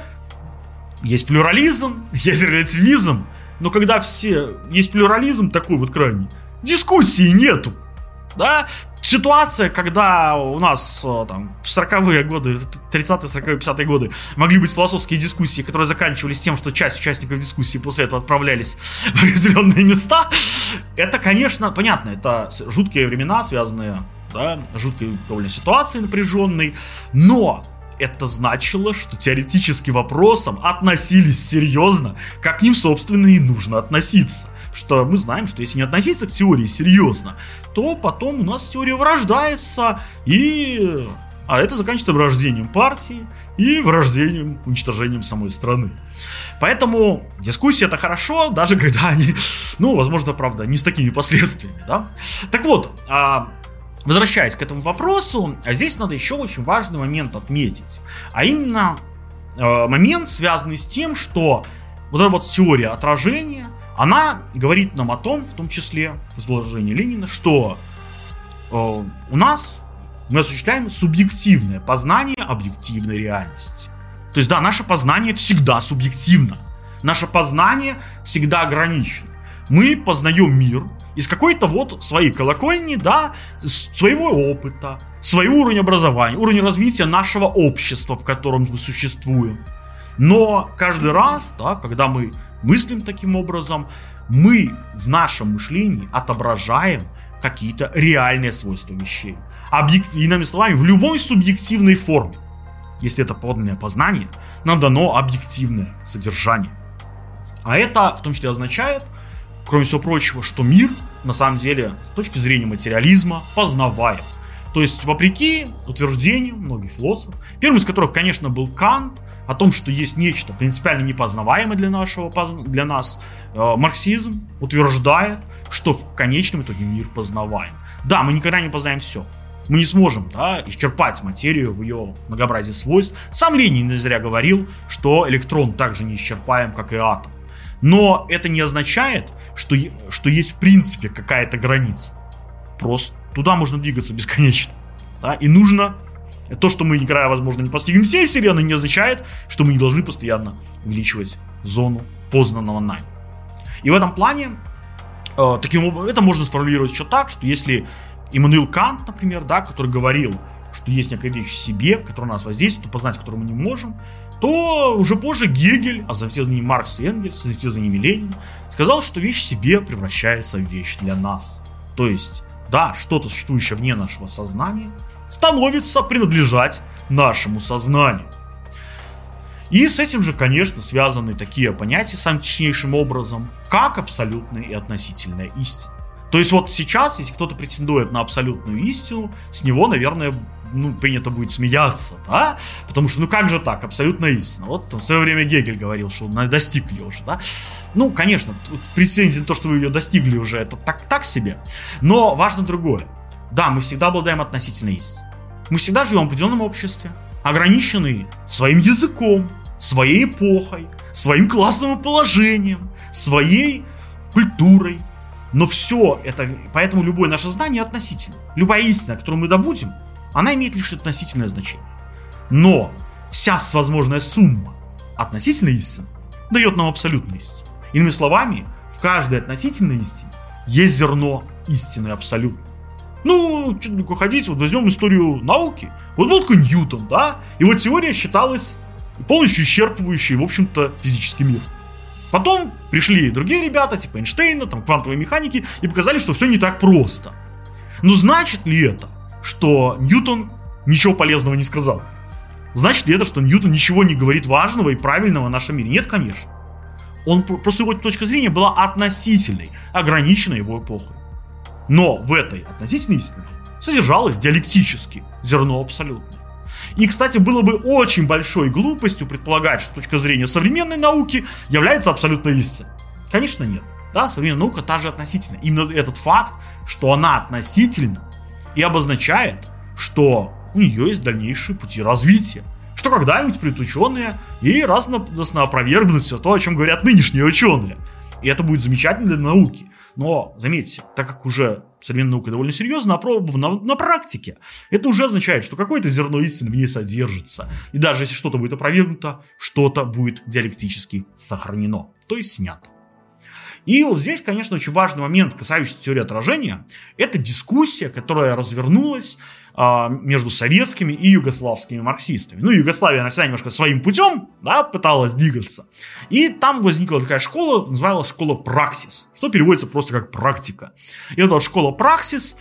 есть плюрализм, есть релятивизм. Но когда все... Есть плюрализм такой вот крайний, дискуссии нету. Да? Ситуация, когда у нас там, в сороковые годы, тридцатые, сороковые, пятидесятые годы могли быть философские дискуссии, которые заканчивались тем, что часть участников дискуссии после этого отправлялись в определенные места, это, конечно, понятно, это жуткие времена, связанные, да, с жуткой довольно ситуацией напряженной, но это значило, что теоретически к вопросам относились серьезно, как к ним, собственно, и нужно относиться. Что мы знаем, что если не относиться к теории серьезно, то потом у нас теория вырождается, и... а это заканчивается вырождением партии и вырождением, уничтожением самой страны. Поэтому дискуссии это хорошо, даже когда они, ну, возможно, правда, не с такими последствиями, да? Так вот, возвращаясь к этому вопросу, здесь надо еще очень важный момент отметить, а именно момент, связанный с тем, что вот эта вот теория отражения, она говорит нам о том, в том числе в изложении Ленина, что э, у нас мы осуществляем субъективное познание объективной реальности. То есть, да, наше познание всегда субъективно. Наше познание всегда ограничено. Мы познаем мир из какой-то вот своей колокольни, да, своего опыта, своего уровня образования, уровня развития нашего общества, в котором мы существуем. Но каждый раз, да, когда мы мыслим таким образом, мы в нашем мышлении отображаем какие-то реальные свойства вещей. Объект... Иными словами, в любой субъективной форме, если это подлинное познание, нам дано объективное содержание. А это в том числе означает, кроме всего прочего, что мир на самом деле с точки зрения материализма познаваем. То есть, вопреки утверждению многих философов, первым из которых, конечно, был Кант, о том, что есть нечто принципиально непознаваемое для, нашего, для нас, э, марксизм утверждает, что в конечном итоге мир познаваем. Да, мы никогда не познаем все. Мы не сможем, да, исчерпать материю в ее многообразии свойств. Сам Ленин не зря говорил, что электрон так же неисчерпаем, как и атом. Но это не означает, что, что есть в принципе какая-то граница. Просто туда можно двигаться бесконечно. Да? И нужно... То, что мы никогда, возможно, не постигнем всей Вселенной, не означает, что мы не должны постоянно увеличивать зону познанного нами. И в этом плане э, таким образом, это можно сформулировать еще так, что если Иммануил Кант, например, да, который говорил, что есть некая вещь в себе, которая на нас воздействует, познать которую мы не можем, то уже позже Гегель, а затем за ним Маркс и Энгельс, а затем за ними Ленин, сказал, что вещь в себе превращается в вещь для нас. То есть, да, что-то, существующее вне нашего сознания, становится принадлежать нашему сознанию. И с этим же, конечно, связаны такие понятия самым точнейшим образом, как абсолютная и относительная истина. То есть вот сейчас, если кто-то претендует на абсолютную истину, с него, наверное, ну, принято будет смеяться, да? Потому что, ну как же так, абсолютная истина? Вот там в свое время Гегель говорил, что он достиг ее уже, да? Ну, конечно, претензия на то, что вы ее достигли уже, это так, так себе. Но важно другое. Да, мы всегда обладаем относительной истиной. Мы всегда живем в определенном обществе, ограниченные своим языком, своей эпохой, своим классовым положением, своей культурой. Но все это, поэтому любое наше знание относительно. Любая истина, которую мы добудем, она имеет лишь относительное значение. Но вся возможная сумма относительной истины дает нам абсолютную истину. Иными словами, в каждой относительной истине есть зерно истины абсолютно. Ну, что далеко ходить, вот возьмем историю науки. Вот был такой Ньютон, да? Его теория считалась полностью исчерпывающей, в общем-то, физический мир. Потом пришли другие ребята, типа Эйнштейна, там, квантовой механики, и показали, что все не так просто. Но значит ли это, что Ньютон ничего полезного не сказал? Значит ли это, что Ньютон ничего не говорит важного и правильного в нашем мире? Нет, конечно. Он, просто его точка зрения была относительной, ограниченной его эпохой. Но в этой относительной истине содержалось диалектически зерно абсолютное. И, кстати, было бы очень большой глупостью предполагать, что точка зрения современной науки является абсолютной истиной. Конечно, нет. Да, современная наука та же относительна. Именно этот факт, что она относительна, и обозначает, что у нее есть дальнейшие пути развития. Что когда-нибудь придут ученые и радостно опровергнут все то, о чем говорят нынешние ученые. И это будет замечательно для науки. Но, заметьте, так как уже современная наука довольно серьезно опробована на, на практике, это уже означает, что какое-то зерно истины в ней содержится. И даже если что-то будет опровергнуто, что-то будет диалектически сохранено, то есть снято. И вот здесь, конечно, очень важный момент, касающийся теории отражения, это дискуссия, которая развернулась а, между советскими и югославскими марксистами. Ну, Югославия, она всегда немножко своим путем, да, пыталась двигаться. И там возникла такая школа, называлась школа Праксис, что переводится просто как практика. И эта школа Праксис,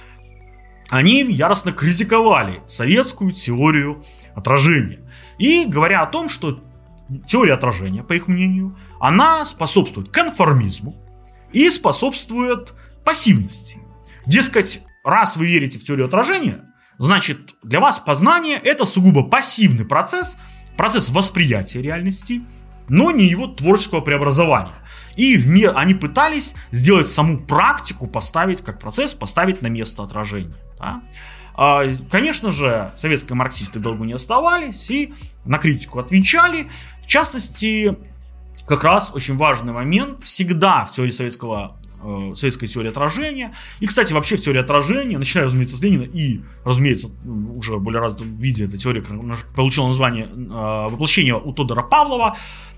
они яростно критиковали советскую теорию отражения. И говоря о том, что теория отражения, по их мнению, она способствует конформизму и способствует пассивности. Дескать, раз вы верите в теорию отражения, значит, для вас познание – это сугубо пассивный процесс, процесс восприятия реальности, но не его творческого преобразования. И в мир они пытались сделать саму практику, поставить как процесс, поставить на место отражения. Да? Конечно же, советские марксисты долго не оставались и на критику отвечали. В частности, как раз очень важный момент всегда в теории советского, э, советской теории отражения, и, кстати, вообще в теории отражения, начиная, разумеется, с Ленина, и, разумеется, уже в более развитом виде эта теория получила название э, воплощения у Тодора Павлова,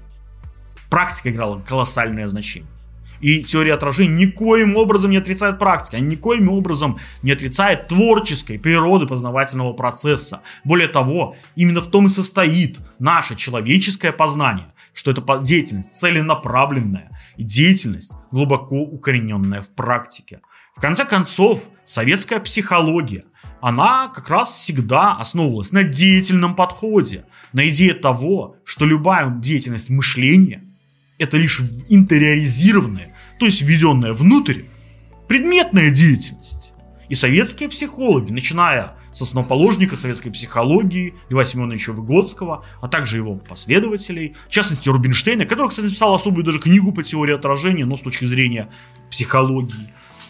практика играла колоссальное значение. И теория отражения никоим образом не отрицает практики, она никоим образом не отрицает творческой природы познавательного процесса. Более того, именно в том и состоит наше человеческое познание, что это деятельность целенаправленная и деятельность, глубоко укорененная в практике. В конце концов, советская психология, она как раз всегда основывалась на деятельном подходе, на идее того, что любая деятельность мышления – это лишь интериоризированная, то есть введенная внутрь, предметная деятельность. И советские психологи, начиная с основоположника советской психологии Льва Семеновича Выгодского, а также его последователей, в частности Рубинштейна, который, кстати, написал особую даже книгу по теории отражения, но с точки зрения психологии.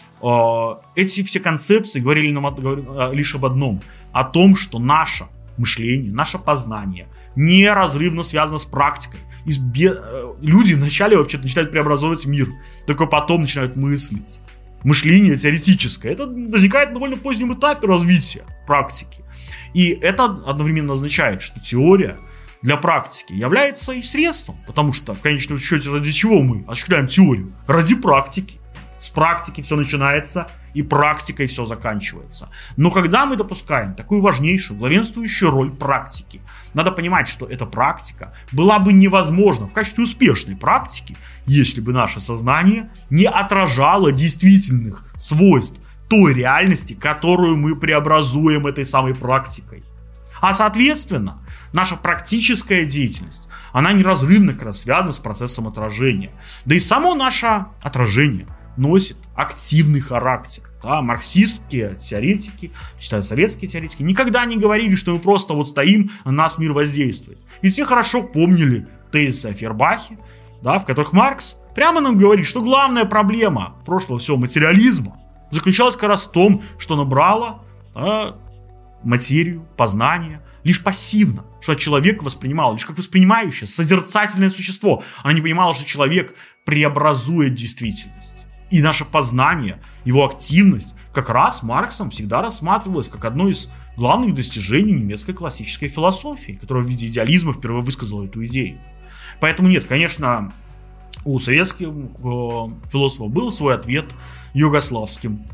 Эти все концепции говорили нам лишь об одном, о том, что наше мышление, наше познание неразрывно связано с практикой. Люди вначале вообще начинают преобразовывать мир, только потом начинают мыслить. Мышление теоретическое. Это возникает на довольно позднем этапе развития практики. И это одновременно означает, что теория для практики является и средством, потому что в конечном счете ради чего мы осуществляем теорию? Ради практики. С практики все начинается, и практикой все заканчивается. Но когда мы допускаем такую важнейшую, главенствующую роль практики, надо понимать, что эта практика была бы невозможна в качестве успешной практики, если бы наше сознание не отражало действительных свойств той реальности, которую мы преобразуем этой самой практикой. А соответственно, наша практическая деятельность, она неразрывно как раз связана с процессом отражения. Да и само наше отражение носит активный характер. Да, марксистские теоретики, считаю, советские теоретики, никогда не говорили, что мы просто вот стоим, на нас мир воздействует. И все хорошо помнили тезисы о Фейербахе, да, в которых Маркс прямо нам говорит, что главная проблема прошлого всего материализма заключалась как раз в том, что набрала да, материю, познание лишь пассивно, что человек воспринимал лишь как воспринимающее, созерцательное существо. Она не понимала, что человек преобразует действительность. И наше познание, его активность как раз Марксом всегда рассматривалось как одно из главных достижений немецкой классической философии, которая в виде идеализма впервые высказала эту идею. Поэтому нет, конечно, у советских философов был свой ответ югославским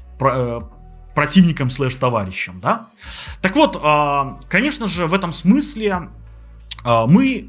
противникам слэш-товарищам. Да? Так вот, конечно же, в этом смысле мы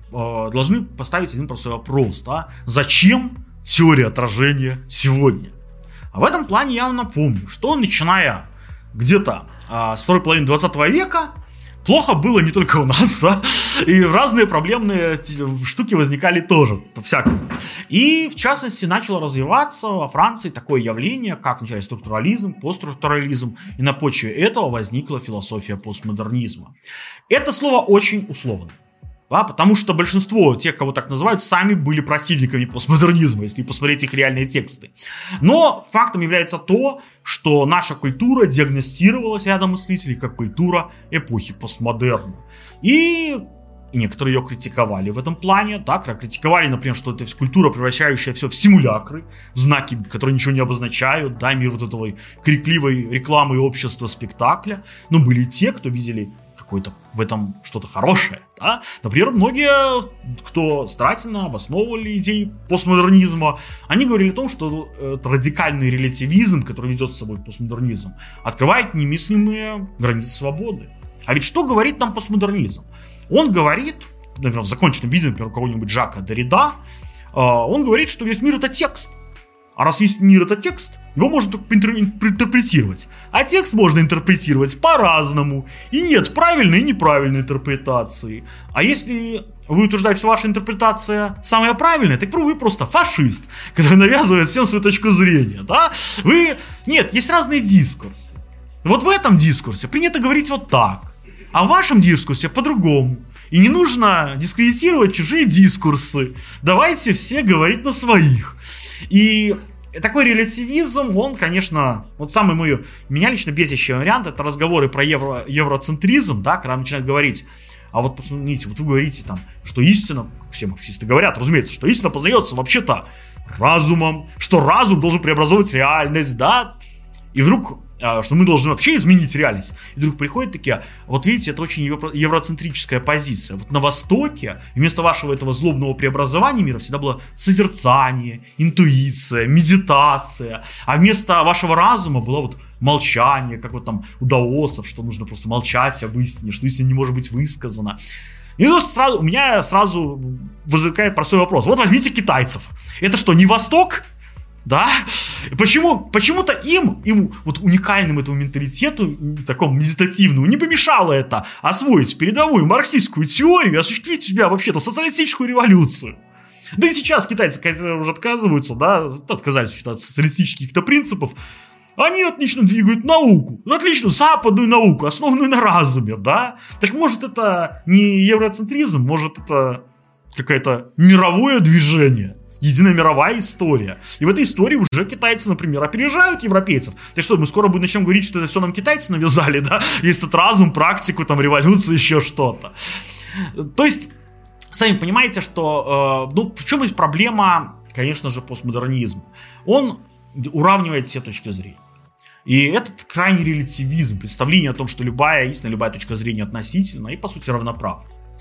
должны поставить один простой вопрос. Да? Зачем теория отражения сегодня? А в этом плане я вам напомню, что начиная где-то а, с второй половины двадцатого века плохо было не только у нас, да, и разные проблемные штуки возникали тоже, по-всякому. И, в частности, начало развиваться во Франции такое явление, как вначале структурализм, постструктурализм, и на почве этого возникла философия постмодернизма. Это слово очень условно. Да, потому что большинство тех, кого так называют, сами были противниками постмодернизма, если посмотреть их реальные тексты. Но фактом является то, что наша культура диагностировалась рядом мыслителей как культура эпохи постмодерна. И некоторые ее критиковали в этом плане. Да, критиковали, например, что это культура, превращающая все в симулякры, в знаки, которые ничего не обозначают, да, мир вот этого крикливой рекламы и общества спектакля. Но были те, кто видели какое-то в этом что-то хорошее. Да? Например, многие, кто старательно обосновывали идеи постмодернизма, они говорили о том, что это радикальный релятивизм, который ведет с собой постмодернизм, открывает немыслимые границы свободы. А ведь что говорит нам постмодернизм? Он говорит, например, в законченном виде, например, у кого-нибудь Жака Деррида, он говорит, что весь мир — это текст. А раз весь мир — это текст, его можно только интерпретировать. А текст можно интерпретировать по-разному. И нет правильной и неправильной интерпретации. А если вы утверждаете, что ваша интерпретация самая правильная, так вы просто фашист, который навязывает всем свою точку зрения. Да? Вы... Нет, есть разные дискурсы. Вот в этом дискурсе принято говорить вот так. А в вашем дискурсе по-другому. И не нужно дискредитировать чужие дискурсы. Давайте все говорить на своих. И такой релятивизм, он, конечно, вот самый мой, меня лично бесящий вариант, это разговоры про евро, евроцентризм, да, когда начинают говорить, а вот посмотрите, вот вы говорите там, что истина, как все марксисты говорят, разумеется, что истина познается вообще-то разумом, что разум должен преобразовывать реальность, да, и вдруг, что мы должны вообще изменить реальность. И вдруг приходят такие, вот видите, это очень евроцентрическая позиция. Вот на Востоке вместо вашего этого злобного преобразования мира всегда было созерцание, интуиция, медитация. А вместо вашего разума было вот молчание, как вот там у даосов, что нужно просто молчать об истине, что истина не может быть высказана. И тут сразу, у меня сразу возникает простой вопрос. Вот возьмите китайцев. Это что, не Восток? Да? Почему, почему-то им, им вот уникальным этому менталитету, такому медитативному, не помешало это освоить передовую марксистскую теорию и осуществить у себя вообще-то социалистическую революцию. Да и сейчас китайцы уже отказываются, да, отказались от социалистических каких-то принципов. Они отлично двигают науку, отличную западную науку, основанную на разуме, да. Так может это не евроцентризм, может это какое-то мировое движение. Единая мировая история. И в этой истории уже китайцы, например, опережают европейцев. Так что, мы скоро будем начнем говорить, что это все нам китайцы навязали, да? Есть тут разум, практику, там, революцию, еще что-то. То есть, сами понимаете, что... Э, ну, в чем есть проблема, конечно же, постмодернизма? Он уравнивает все точки зрения. И этот крайний релятивизм, представление о том, что любая истина, любая точка зрения относительна и, по сути, равноправна.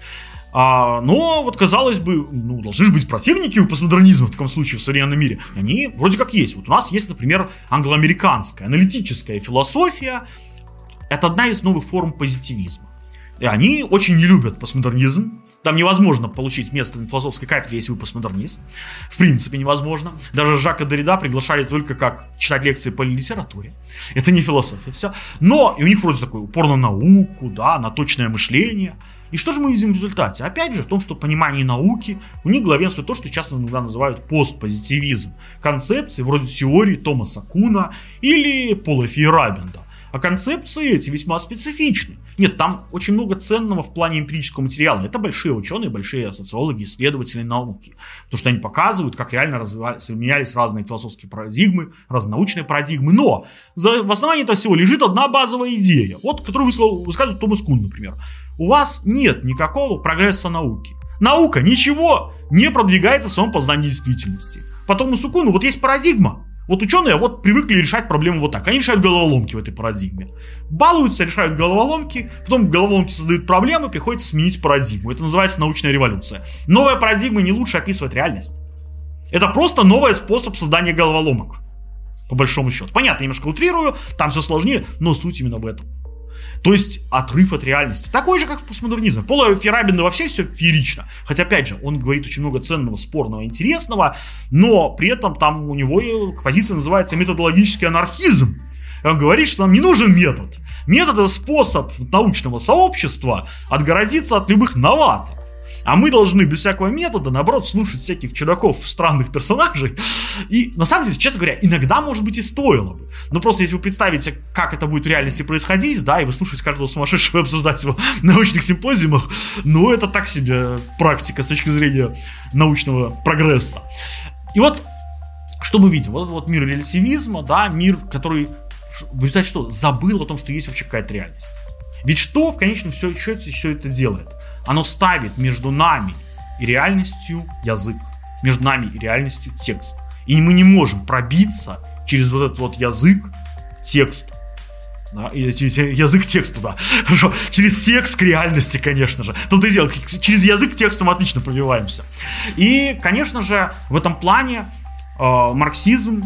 А, но вот, казалось бы, ну, должны же быть противники у постмодернизма в таком случае в современном мире. Они вроде как есть. Вот у нас есть, например, англоамериканская аналитическая философия. Это одна из новых форм позитивизма. И они очень не любят постмодернизм. Там невозможно получить место на философской кафедре, если вы постмодернист. В принципе, невозможно. Даже Жака Деррида приглашали только как читать лекции по литературе. Это не философия, все. Но и у них вроде такой упор на науку, да, на точное мышление. И что же мы видим в результате? Опять же, в том, что в понимании науки у них главенствует то, что часто иногда называют постпозитивизм. Концепции вроде теории Томаса Куна или Пола Фейерабенда. А концепции эти весьма специфичны. Нет, там очень много ценного в плане эмпирического материала. Это большие ученые, большие социологи, исследователи науки. Потому что они показывают, как реально развивались, менялись разные философские парадигмы, разные научные парадигмы. Но за, в основании этого всего лежит одна базовая идея, вот, которую высказывает Томас Кун, например. У вас нет никакого прогресса науки. Наука ничего не продвигается в своем познании действительности. По Томасу Куну вот есть парадигма. Вот ученые вот привыкли решать проблемы вот так. Они решают головоломки в этой парадигме. Балуются, решают головоломки, потом головоломки создают проблемы, приходится сменить парадигму. Это называется научная революция. Новая парадигма не лучше описывает реальность. Это просто новый способ создания головоломок. По большому счету. Понятно, немножко утрирую, там все сложнее, но суть именно в этом. То есть отрыв от реальности. Такой же, как в постмодернизме. Пола Фейерабенда вообще все феерично. Хотя, опять же, он говорит очень много ценного, спорного, интересного, но при этом там у него позиция называется методологический анархизм. И он говорит, что нам не нужен метод. Метод — это способ научного сообщества отгородиться от любых новаторов. А мы должны без всякого метода, наоборот, слушать всяких чудаков, странных персонажей. И, на самом деле, честно говоря, иногда, может быть, и стоило бы. Но просто если вы представите, как это будет в реальности происходить, да, и вы слушаете каждого сумасшедшего и обсуждаете его в научных симпозиумах, ну, это так себе практика с точки зрения научного прогресса. И вот, что мы видим? Вот, вот мир релятивизма, да, мир, который, в результате что, забыл о том, что есть вообще какая-то реальность. Ведь что в конечном счете все это делает? Оно ставит между нами и реальностью язык, между нами и реальностью текст. И мы не можем пробиться через вот этот вот язык к тексту. Да, язык к тексту, да. Хорошо. Через текст к реальности, конечно же. Тут и дело, через язык к тексту мы отлично пробиваемся. И, конечно же, в этом плане э, марксизм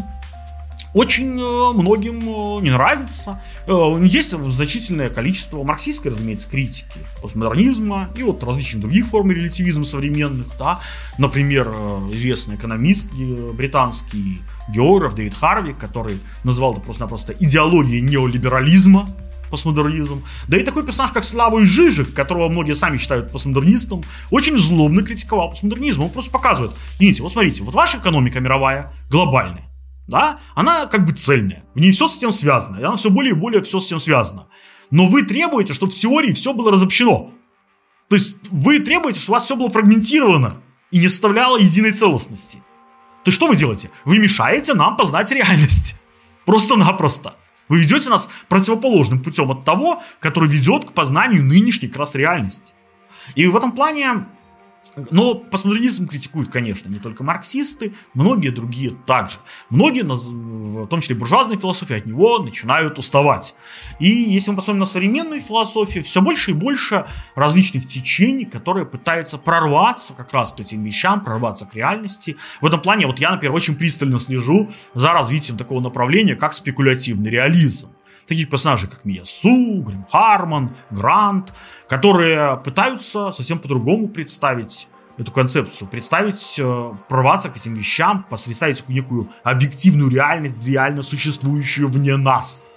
очень многим не нравится. Есть значительное количество марксистской, разумеется, критики постмодернизма и вот различных других форм релятивизма современных. Да? Например, известный экономист британский, географ Дэвид Харви, который называл это просто-напросто идеологией неолиберализма, постмодернизм. Да и такой персонаж, как Славой Жижик, которого многие сами считают постмодернистом, очень злобно критиковал постмодернизм. Он просто показывает, видите, вот смотрите, вот ваша экономика мировая, глобальная, да, она как бы цельная, в ней все с этим связано, и она все более и более все с этим связано. Но вы требуете, чтобы в теории все было разобщено. То есть вы требуете, чтобы у вас все было фрагментировано и не составляло единой целостности. То есть что вы делаете? Вы мешаете нам познать реальность. Просто-напросто. Вы ведете нас противоположным путем от того, который ведет к познанию нынешней как раз реальности. И в этом плане... Но постмодернизм критикуют, конечно, не только марксисты, многие другие также. Многие, в том числе буржуазные философии, от него начинают уставать. И если мы посмотрим на современную философию, все больше и больше различных течений, которые пытаются прорваться как раз к этим вещам, прорваться к реальности. В этом плане вот я, например, очень пристально слежу за развитием такого направления, как спекулятивный реализм. Таких персонажей, как Миясу, Грим Харман, Грант, которые пытаются совсем по-другому представить эту концепцию, представить, прорваться к этим вещам, представить некую объективную реальность, реально существующую вне нас.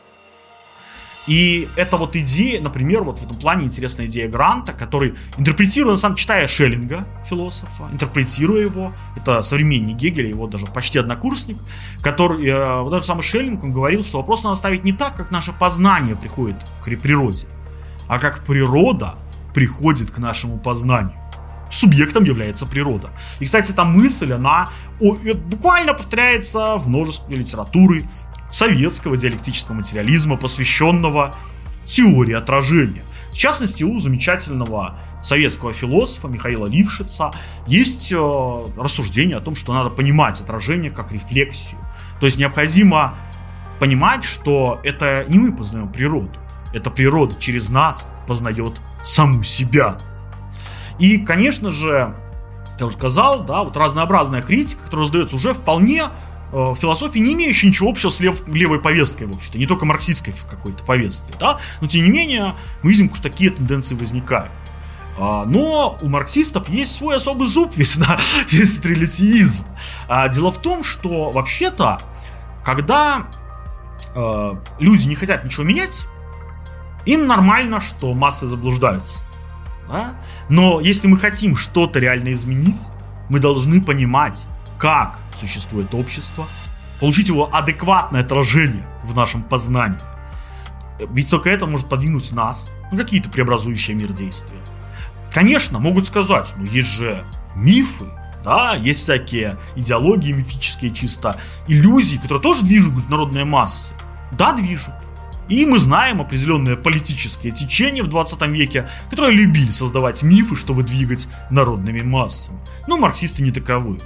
И эта вот идея, например, вот в этом плане интересная идея Гранта, который интерпретируя, на самом деле, читая Шеллинга, философа, интерпретируя его, это современник Гегеля, его даже почти однокурсник, который, э, вот этот самый Шеллинг, он говорил, что вопрос надо ставить не так, как наше познание приходит к природе, а как природа приходит к нашему познанию. Субъектом является природа. И, кстати, эта мысль, она о, буквально повторяется в множестве литературы советского диалектического материализма, посвященного теории отражения. В частности, у замечательного советского философа Михаила Лившица есть э, рассуждение о том, что надо понимать отражение как рефлексию. То есть необходимо понимать, что это не мы познаем природу, это природа через нас познает саму себя. И, конечно же, я уже сказал, да, вот разнообразная критика, которая раздается уже вполне э, в философии, не имеющей ничего общего с лев, левой повесткой, в общем-то, не только марксистской в какой-то повестке, да, но тем не менее мы видим, что такие тенденции возникают. А, но у марксистов есть свой особый зуб, весь, да, весь релятивизм. А, дело в том, что вообще-то, когда э, люди не хотят ничего менять, им нормально, что массы заблуждаются. Да? Но если мы хотим что-то реально изменить, мы должны понимать, как существует общество, получить его адекватное отражение в нашем познании. Ведь только это может подвинуть нас на какие-то преобразующие мир действия. Конечно, могут сказать, ну есть же мифы, да, есть всякие идеологии мифические чисто, иллюзии, которые тоже движут народные массы. Да, движут. И мы знаем определенные политические течения в двадцатом веке, которые любили создавать мифы, чтобы двигать народными массами. Но марксисты не таковы.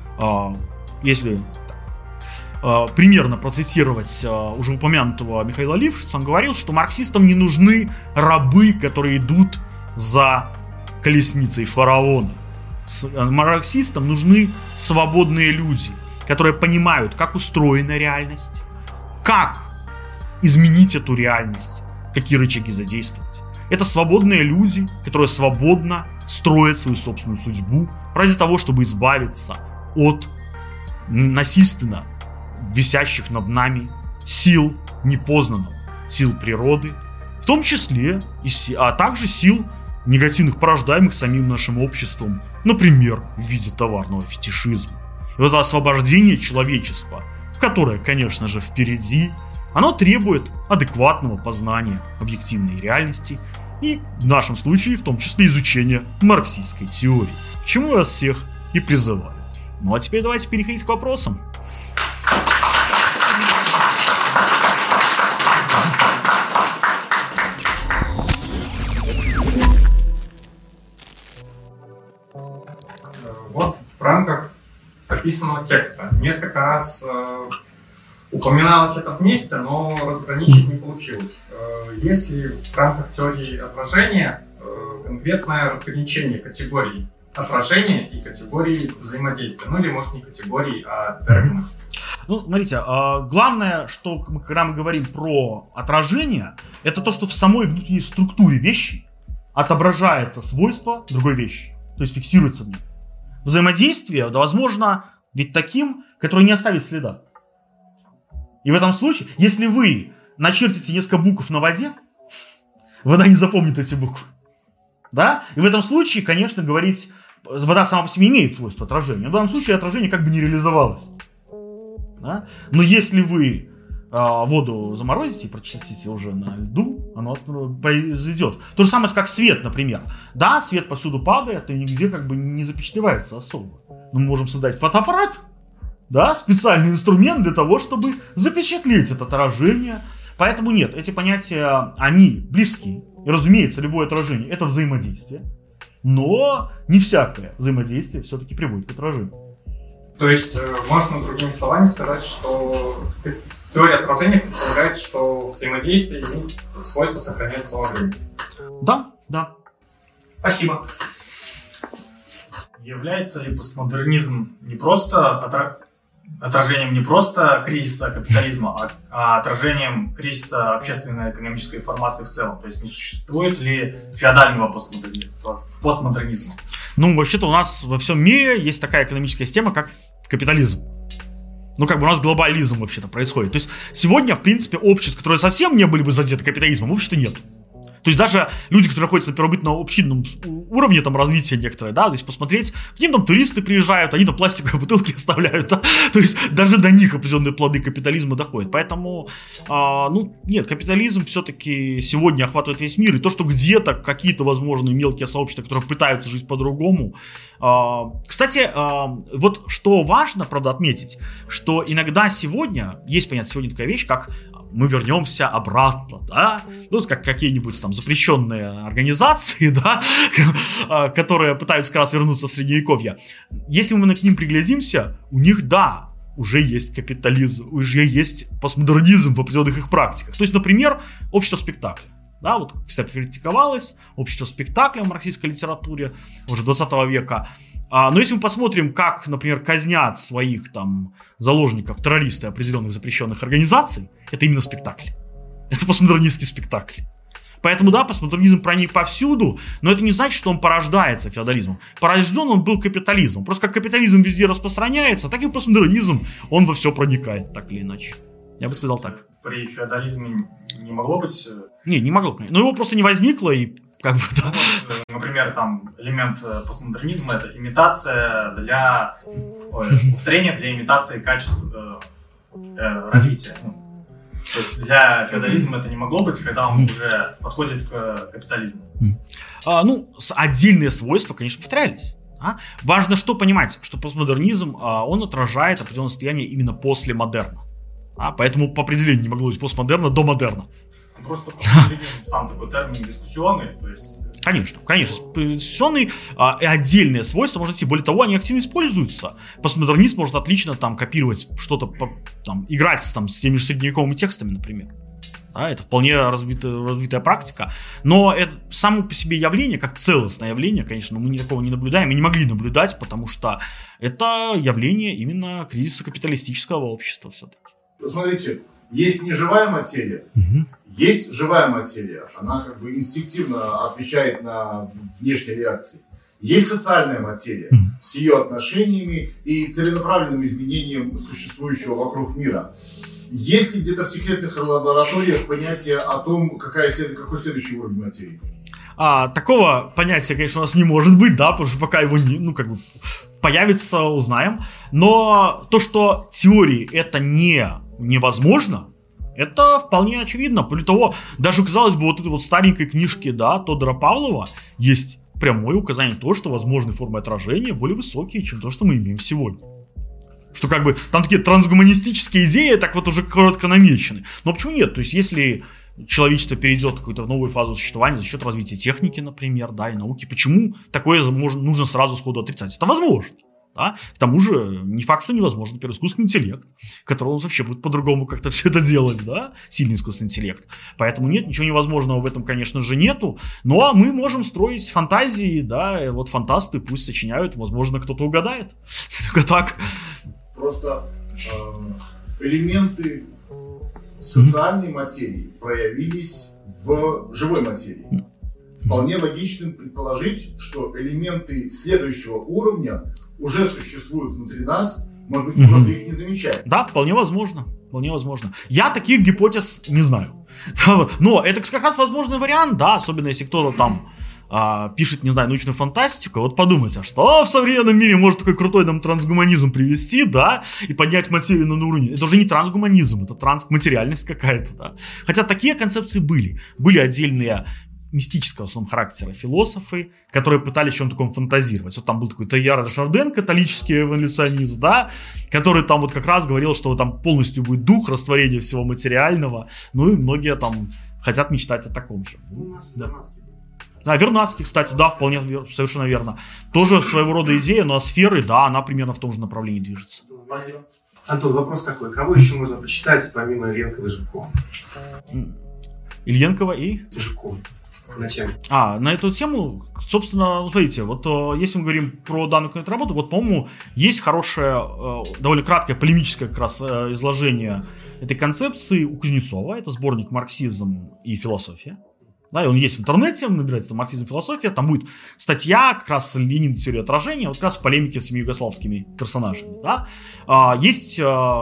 Если так, примерно процитировать уже упомянутого Михаила Лившица, он говорил, что марксистам не нужны рабы, которые идут за колесницей фараона. Марксистам нужны свободные люди, которые понимают, как устроена реальность, как изменить эту реальность, какие рычаги задействовать. Это свободные люди, которые свободно строят свою собственную судьбу ради того, чтобы избавиться от насильственно висящих над нами сил непознанного, сил природы, в том числе, а также сил негативных, порождаемых самим нашим обществом, например, в виде товарного фетишизма. И вот это освобождение человечества, которое, конечно же, впереди, оно требует адекватного познания объективной реальности и, в нашем случае, в том числе, изучения марксистской теории, к чему я вас всех и призываю. Ну а теперь давайте переходить к вопросам. Вот в рамках описанного текста несколько раз э, упоминалось это вместе, но разграничить не получилось. Э, есть ли в рамках теории отражения э, конкретное разграничение категорий отражения и категорий взаимодействия? Ну или, может, не категорий, а терминов? Ну, смотрите, главное, что когда мы говорим про отражение, это то, что в самой внутренней структуре вещи отображается свойство другой вещи, то есть фиксируется в ней. Взаимодействие, да, возможно, ведь таким, который не оставит следа. И в этом случае, если вы начертите несколько букв на воде, вода не запомнит эти буквы. Да? И в этом случае, конечно, говорить, вода сама по себе имеет свойство отражения. В данном случае отражение как бы не реализовалось. Да? Но если вы э, воду заморозите и прочертите уже на льду, оно произойдет. То же самое, как свет, например. Да, свет повсюду падает и нигде как бы не запечатлевается особо. Но мы можем создать фотоаппарат, да, специальный инструмент для того, чтобы запечатлеть это отражение. Поэтому нет, эти понятия, они близки. И, разумеется, любое отражение – это взаимодействие. Но не всякое взаимодействие все-таки приводит к отражению. То есть, можно другими словами сказать, что теория отражения предполагает, что взаимодействие имеет свойство сохраняться во времени. Да, да. Спасибо. Является ли постмодернизм не просто отра... отражением не просто кризиса капитализма, а, а отражением кризиса общественно-экономической формации в целом? То есть не существует ли феодального постмодернизма? постмодернизма? Ну, вообще-то у нас во всем мире есть такая экономическая система, как капитализм. Ну, как бы у нас глобализм вообще-то происходит. То есть сегодня, в принципе, обществ, которые совсем не были бы задеты капитализмом, вообще-то нет. То есть даже люди, которые находятся на первобытном общинном уровне там, развития некоторые, да, то есть посмотреть, к ним там туристы приезжают, они там пластиковые бутылки оставляют, да? То есть даже до них определенные плоды капитализма доходят. Поэтому, а, ну, нет, капитализм все-таки сегодня охватывает весь мир, и то, что где-то какие-то, возможно, мелкие сообщества, которые пытаются жить по-другому. А, кстати, а, вот что важно, правда, отметить, что иногда сегодня, есть, понятно, сегодня такая вещь, как мы вернемся обратно, да, ну, как какие-нибудь там запрещенные организации, да, которые пытаются как раз вернуться в Средневековье. Если мы к ним приглядимся, у них, да, уже есть капитализм, уже есть постмодернизм в определенных их практиках. То есть, например, общество спектакля. Да, вот все критиковалось, общество спектакля в марксистской литературе уже двадцатого века. А, но если мы посмотрим, как, например, казнят своих там заложников террористы определенных запрещенных организаций, это именно спектакль. Это постмодернистский спектакль. Поэтому, да, постмодернизм проник повсюду, но это не значит, что он порождается феодализмом. Порожден он был капитализмом. Просто как капитализм везде распространяется, так и постмодернизм, он во все проникает, так или иначе. Я бы сказал так. При феодализме не могло быть... Не, не могло. Но его просто не возникло, и как бы... Да. Ну, например, там элемент постмодернизма — это имитация для... Ой, повторение для имитации качеств э, э, развития. То есть для феодализма это не могло быть, когда он уже подходит к капитализму. А, ну, отдельные свойства, конечно, повторялись. А? Важно что понимать, что постмодернизм, а, он отражает определенное состояние именно после модерна. А, поэтому по определению не могло быть постмодерна до модерна. Просто постмодернизм сам такой термин дискуссионный, то есть... Конечно, конечно. Дискуссионные а, и отдельные свойства, может идти. Более того, они активно используются. Постмодернист может отлично там копировать что-то, там, играть там, с теми же средневековыми текстами, например. Да, это вполне развитая, развитая практика. Но это само по себе явление, как целостное явление, конечно, мы такого не наблюдаем и не могли наблюдать, потому что это явление именно кризиса капиталистического общества все-таки. Смотрите, есть неживая материя, угу. Есть живая материя. Она как бы инстинктивно отвечает на внешние реакции. Есть социальная материя угу. с ее отношениями и целенаправленным изменением существующего вокруг мира. Есть ли где-то в секретных лабораториях понятие о том, какая, какой следующий уровень материи? А, такого понятия, конечно, у нас не может быть, да, потому что пока его не, ну, как бы появится, узнаем. Но то, что теории это не невозможно, это вполне очевидно. Более того, даже, казалось бы, вот этой вот старенькой книжке, да, Тодора Павлова есть прямое указание на то, что возможные формы отражения более высокие, чем то, что мы имеем сегодня. Что как бы там такие трансгуманистические идеи так вот уже коротко намечены. Но почему нет? То есть если человечество перейдет в какую-то новую фазу существования за счет развития техники, например, да, и науки, почему такое можно, нужно сразу сходу отрицать? Это возможно. Да? К тому же, не факт, что невозможно, например, искусственный интеллект, который вообще будет по-другому как-то все это делать, да, сильный искусственный интеллект. Поэтому нет, ничего невозможного в этом, конечно же, нету, но мы можем строить фантазии, да, и вот фантасты пусть сочиняют, возможно, кто-то угадает. Только так. Просто э, элементы социальной материи проявились в живой материи. Вполне логичным предположить, что элементы следующего уровня уже существуют внутри нас, может быть, мы mm-hmm. просто их не замечаем. Да, вполне возможно, вполне возможно. Я таких гипотез не знаю. Но это как раз возможный вариант, да, особенно если кто-то там а, пишет, не знаю, научную фантастику. Вот подумайте, что в современном мире может такой крутой нам трансгуманизм привести, да, и поднять материю на уровень. Это уже не трансгуманизм, это трансматериальность какая-то, да. Хотя такие концепции были. Были отдельные мистического в основном характера философы, которые пытались о чем-то таком фантазировать. Вот там был такой Тейяр де Шарден, католический эволюционист, да, который там вот как раз говорил, что там полностью будет дух, растворение всего материального. Ну и многие там хотят мечтать о таком же. У нас да. А, Вернадский, кстати, да, вполне совершенно верно. Тоже своего рода идея, но сферы, да, она примерно в том же направлении движется. Спасибо. Антон, вопрос такой. Кого еще можно почитать, помимо Ильенкова и Жиркова? Ильенкова и? Жиркова. На тему. А, на эту тему, собственно, смотрите, вот если мы говорим про данную какую-то работу, вот, по-моему, есть хорошее, довольно краткое полемическое как раз изложение этой концепции у Кузнецова. Это сборник «Марксизм и философия». Да, и он есть в интернете, набирайте это «Марксизм и философия», там будет статья как раз «Ленин. Теория отражения», вот как раз в полемике с югославскими персонажами. Да? А, есть...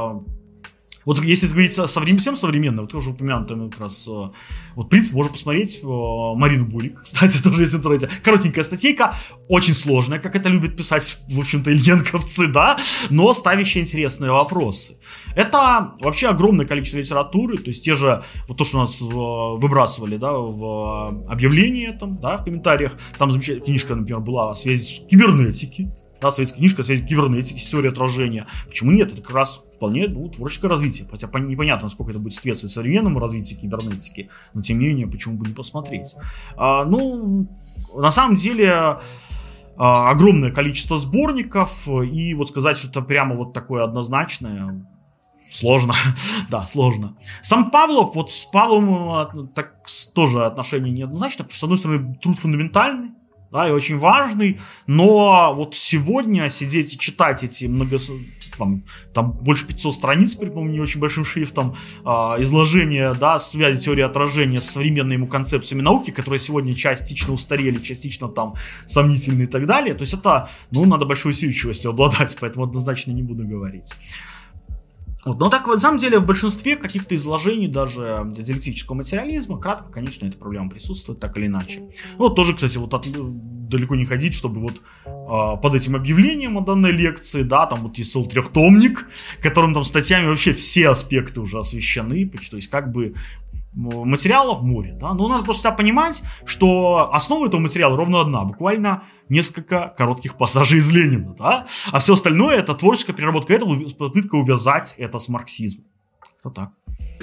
Вот если говорить о современном, современном, вот тоже упомянутым как раз, вот, в принципе, можно посмотреть Марину Бурик, кстати, тоже есть в интернете. Коротенькая статейка, очень сложная, как это любят писать, в общем-то, ильенковцы, да, но ставящие интересные вопросы. Это вообще огромное количество литературы, то есть те же, вот то, что у нас выбрасывали, да, в объявлении там, да, в комментариях, там замечательная книжка, например, была о связи с кибернетикой. Да, советская книжка, связь кибернетики, теория отражения. Почему нет? Это как раз вполне ну, творческое развитие. Хотя непонятно, насколько это будет соответствовать современному развитию кибернетики, но тем не менее, почему бы не посмотреть. А, ну, на самом деле, а, огромное количество сборников, и вот сказать, что это прямо вот такое однозначное, Сложно, да, сложно. Сам Павлов, вот с Павлом так тоже отношение неоднозначно, потому что, с одной стороны, труд фундаментальный, да, и очень важный, но вот сегодня сидеть и читать эти много... Там, там больше пятисот страниц, по-моему, не очень большим шрифтом, э, изложение, да, связи теории отражения с современными ему концепциями науки, которые сегодня частично устарели, частично там сомнительны и так далее. То есть это, ну, надо большой усидчивостью обладать, поэтому однозначно не буду говорить. Вот. Но так, на самом деле, в большинстве каких-то изложений даже диалектического материализма, кратко, конечно, эта проблема присутствует, так или иначе. Вот тоже, кстати, вот от, далеко не ходить, чтобы вот э, под этим объявлением о данной лекции, да, там вот есть трехтомник, которым там статьями вообще все аспекты уже освещены, то есть как бы материалов море, да, но надо просто понимать, что основа этого материала ровно одна, буквально несколько коротких пассажей из Ленина, да, а все остальное это творческая переработка этого, попытка увязать это с марксизмом. Вот так.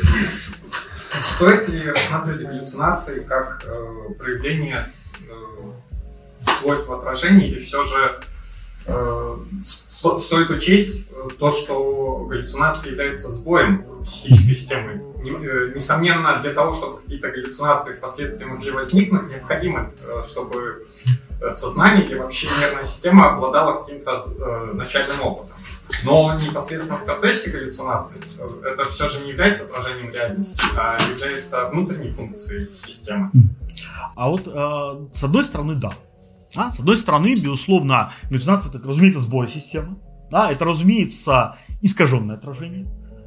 Стоит ли рассматривать галлюцинации как э, проявление э, свойства отражения, или все же э, сто, стоит учесть то, что галлюцинация является сбоем психической системы? Несомненно, для того, чтобы какие-то галлюцинации впоследствии могли возникнуть, необходимо, чтобы сознание или вообще нервная система обладала каким-то э, начальным опытом. Но непосредственно в процессе галлюцинации это все же не является отражением реальности, а является внутренней функцией системы. А вот э, с одной стороны, да. А, с одной стороны, безусловно, галлюцинация это, разумеется, сбой системы. Да, это, разумеется, искаженное отражение.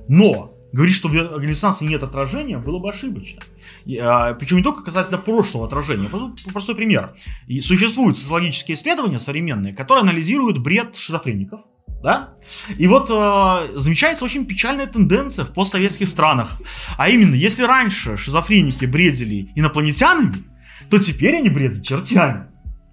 Но говорить, что в галлюцинации нет отражения, было бы ошибочно. И, а, причем не только касательно прошлого отражения. Простой пример. И существуют социологические исследования современные, которые анализируют бред шизофреников. Да? И вот э, замечается очень печальная тенденция в постсоветских странах. А именно, если раньше шизофреники бредили инопланетянами, то теперь они бредят чертями.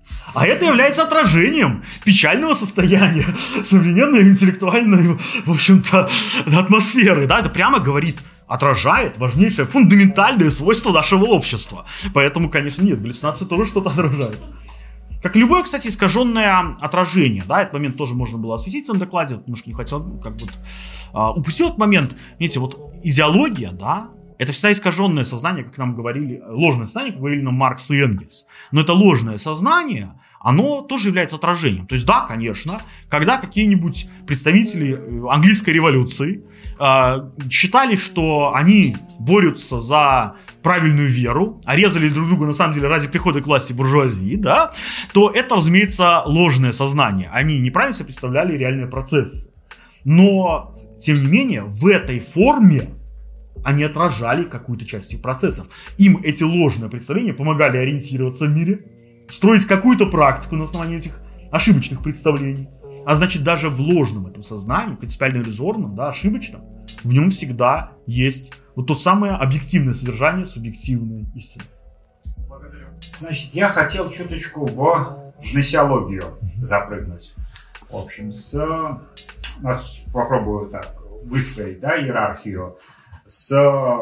А это является отражением печального состояния современной интеллектуальной, в общем-то, атмосферы. Да? Это прямо говорит, отражает важнейшее фундаментальное свойство нашего общества. Поэтому, конечно, нет, галлюцинация тоже что-то отражает. Как любое, кстати, искаженное отражение, да, этот момент тоже можно было осветить в этом докладе, немножко не хотел, как бы, а, упустил этот момент. Видите, вот идеология, да, это всегда искаженное сознание, как нам говорили, ложное сознание, как говорили нам Маркс и Энгельс. Но это ложное сознание, оно тоже является отражением. То есть, да, конечно, когда какие-нибудь представители английской революции э, считали, что они борются за правильную веру, а резали друг друга на самом деле ради прихода к власти буржуазии, да, то это, разумеется, ложное сознание. Они неправильно себе представляли реальные процессы. Но, тем не менее, в этой форме они отражали какую-то часть их процессов. Им эти ложные представления помогали ориентироваться в мире, строить какую-то практику на основании этих ошибочных представлений. А значит, даже в ложном этом сознании, принципиально иллюзорном, да, ошибочном, в нем всегда есть вот то самое объективное содержание субъективной истины. Благодарю. Значит, я хотел чуточку в гносеологию запрыгнуть. В общем, с... Нас попробую так выстроить, да, иерархию. С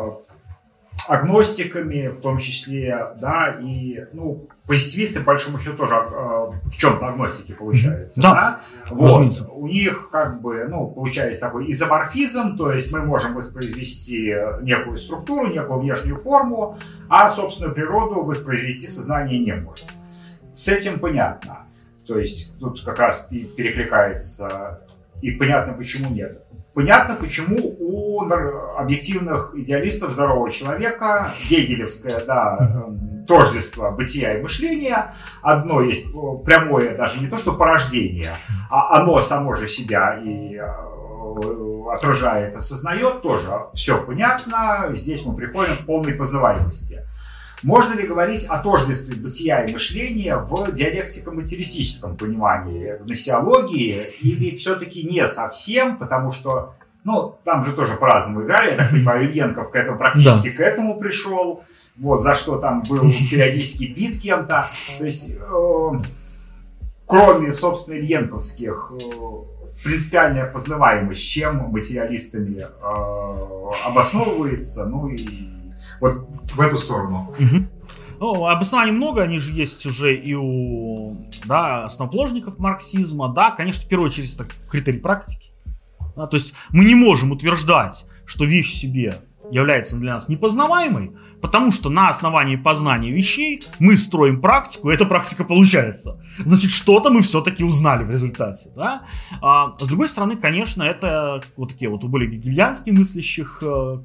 агностиками, в том числе, да, и, ну, позитивисты, по большому счету, тоже э, в чем-то агностики получаются, да, да? Вот, у них, как бы, ну, получается такой изоморфизм, то есть мы можем воспроизвести некую структуру, некую внешнюю форму, а собственную природу воспроизвести сознание не может. С этим понятно, то есть тут как раз перекликается, и понятно, почему нет. Понятно, почему у объективных идеалистов здорового человека гегелевское, да, тождество бытия и мышления. Одно есть прямое, даже не то что порождение, а оно само же себя и отражает, осознает, тоже все понятно. Здесь мы приходим к полной познаваемости. Можно ли говорить о тождестве бытия и мышления в диалектико-материалистическом понимании, в гносеологии, или все-таки не совсем, потому что, ну, там же тоже по-разному играли, я так понимаю, Ильенков к этому, практически да. к этому пришел, вот, за что там был периодически бит кем-то, то есть, э, кроме, собственно, ильенковских, э, принципиальная познаваемость, чем материалистами э, обосновывается, ну и вот в эту сторону. Угу. Ну, обоснований много, они же есть уже и у, да, основоположников марксизма, да, конечно, в первую очередь это критерий практики, Да, то есть мы не можем утверждать, что вещь в себе является для нас непознаваемой, потому что на основании познания вещей мы строим практику, и эта практика получается. Значит, что-то мы все-таки узнали в результате. Да? А с другой стороны, конечно, это вот такие вот у более гегельянски мыслящих э,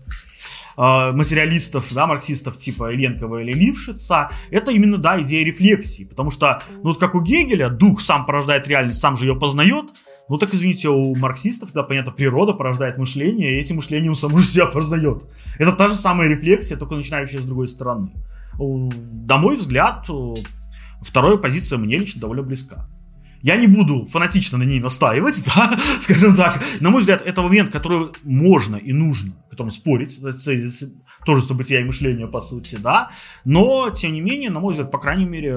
э, материалистов, да, марксистов типа Ильенкова или Лившица, это именно, да, идея рефлексии. Потому что, ну вот как у Гегеля, дух сам порождает реальность, сам же ее познает. Ну так, извините, у марксистов, да, понятно, природа порождает мышление, и этим мышлением саму себя познает. Это та же самая рефлексия, только начинающая с другой стороны. На мой взгляд, вторая позиция мне лично довольно близка. Я не буду фанатично на ней настаивать, да, скажем так. На мой взгляд, это момент, который можно и нужно, о котором спорить, тождество бытия и мышления, по сути, да. Но, тем не менее, на мой взгляд, по крайней мере,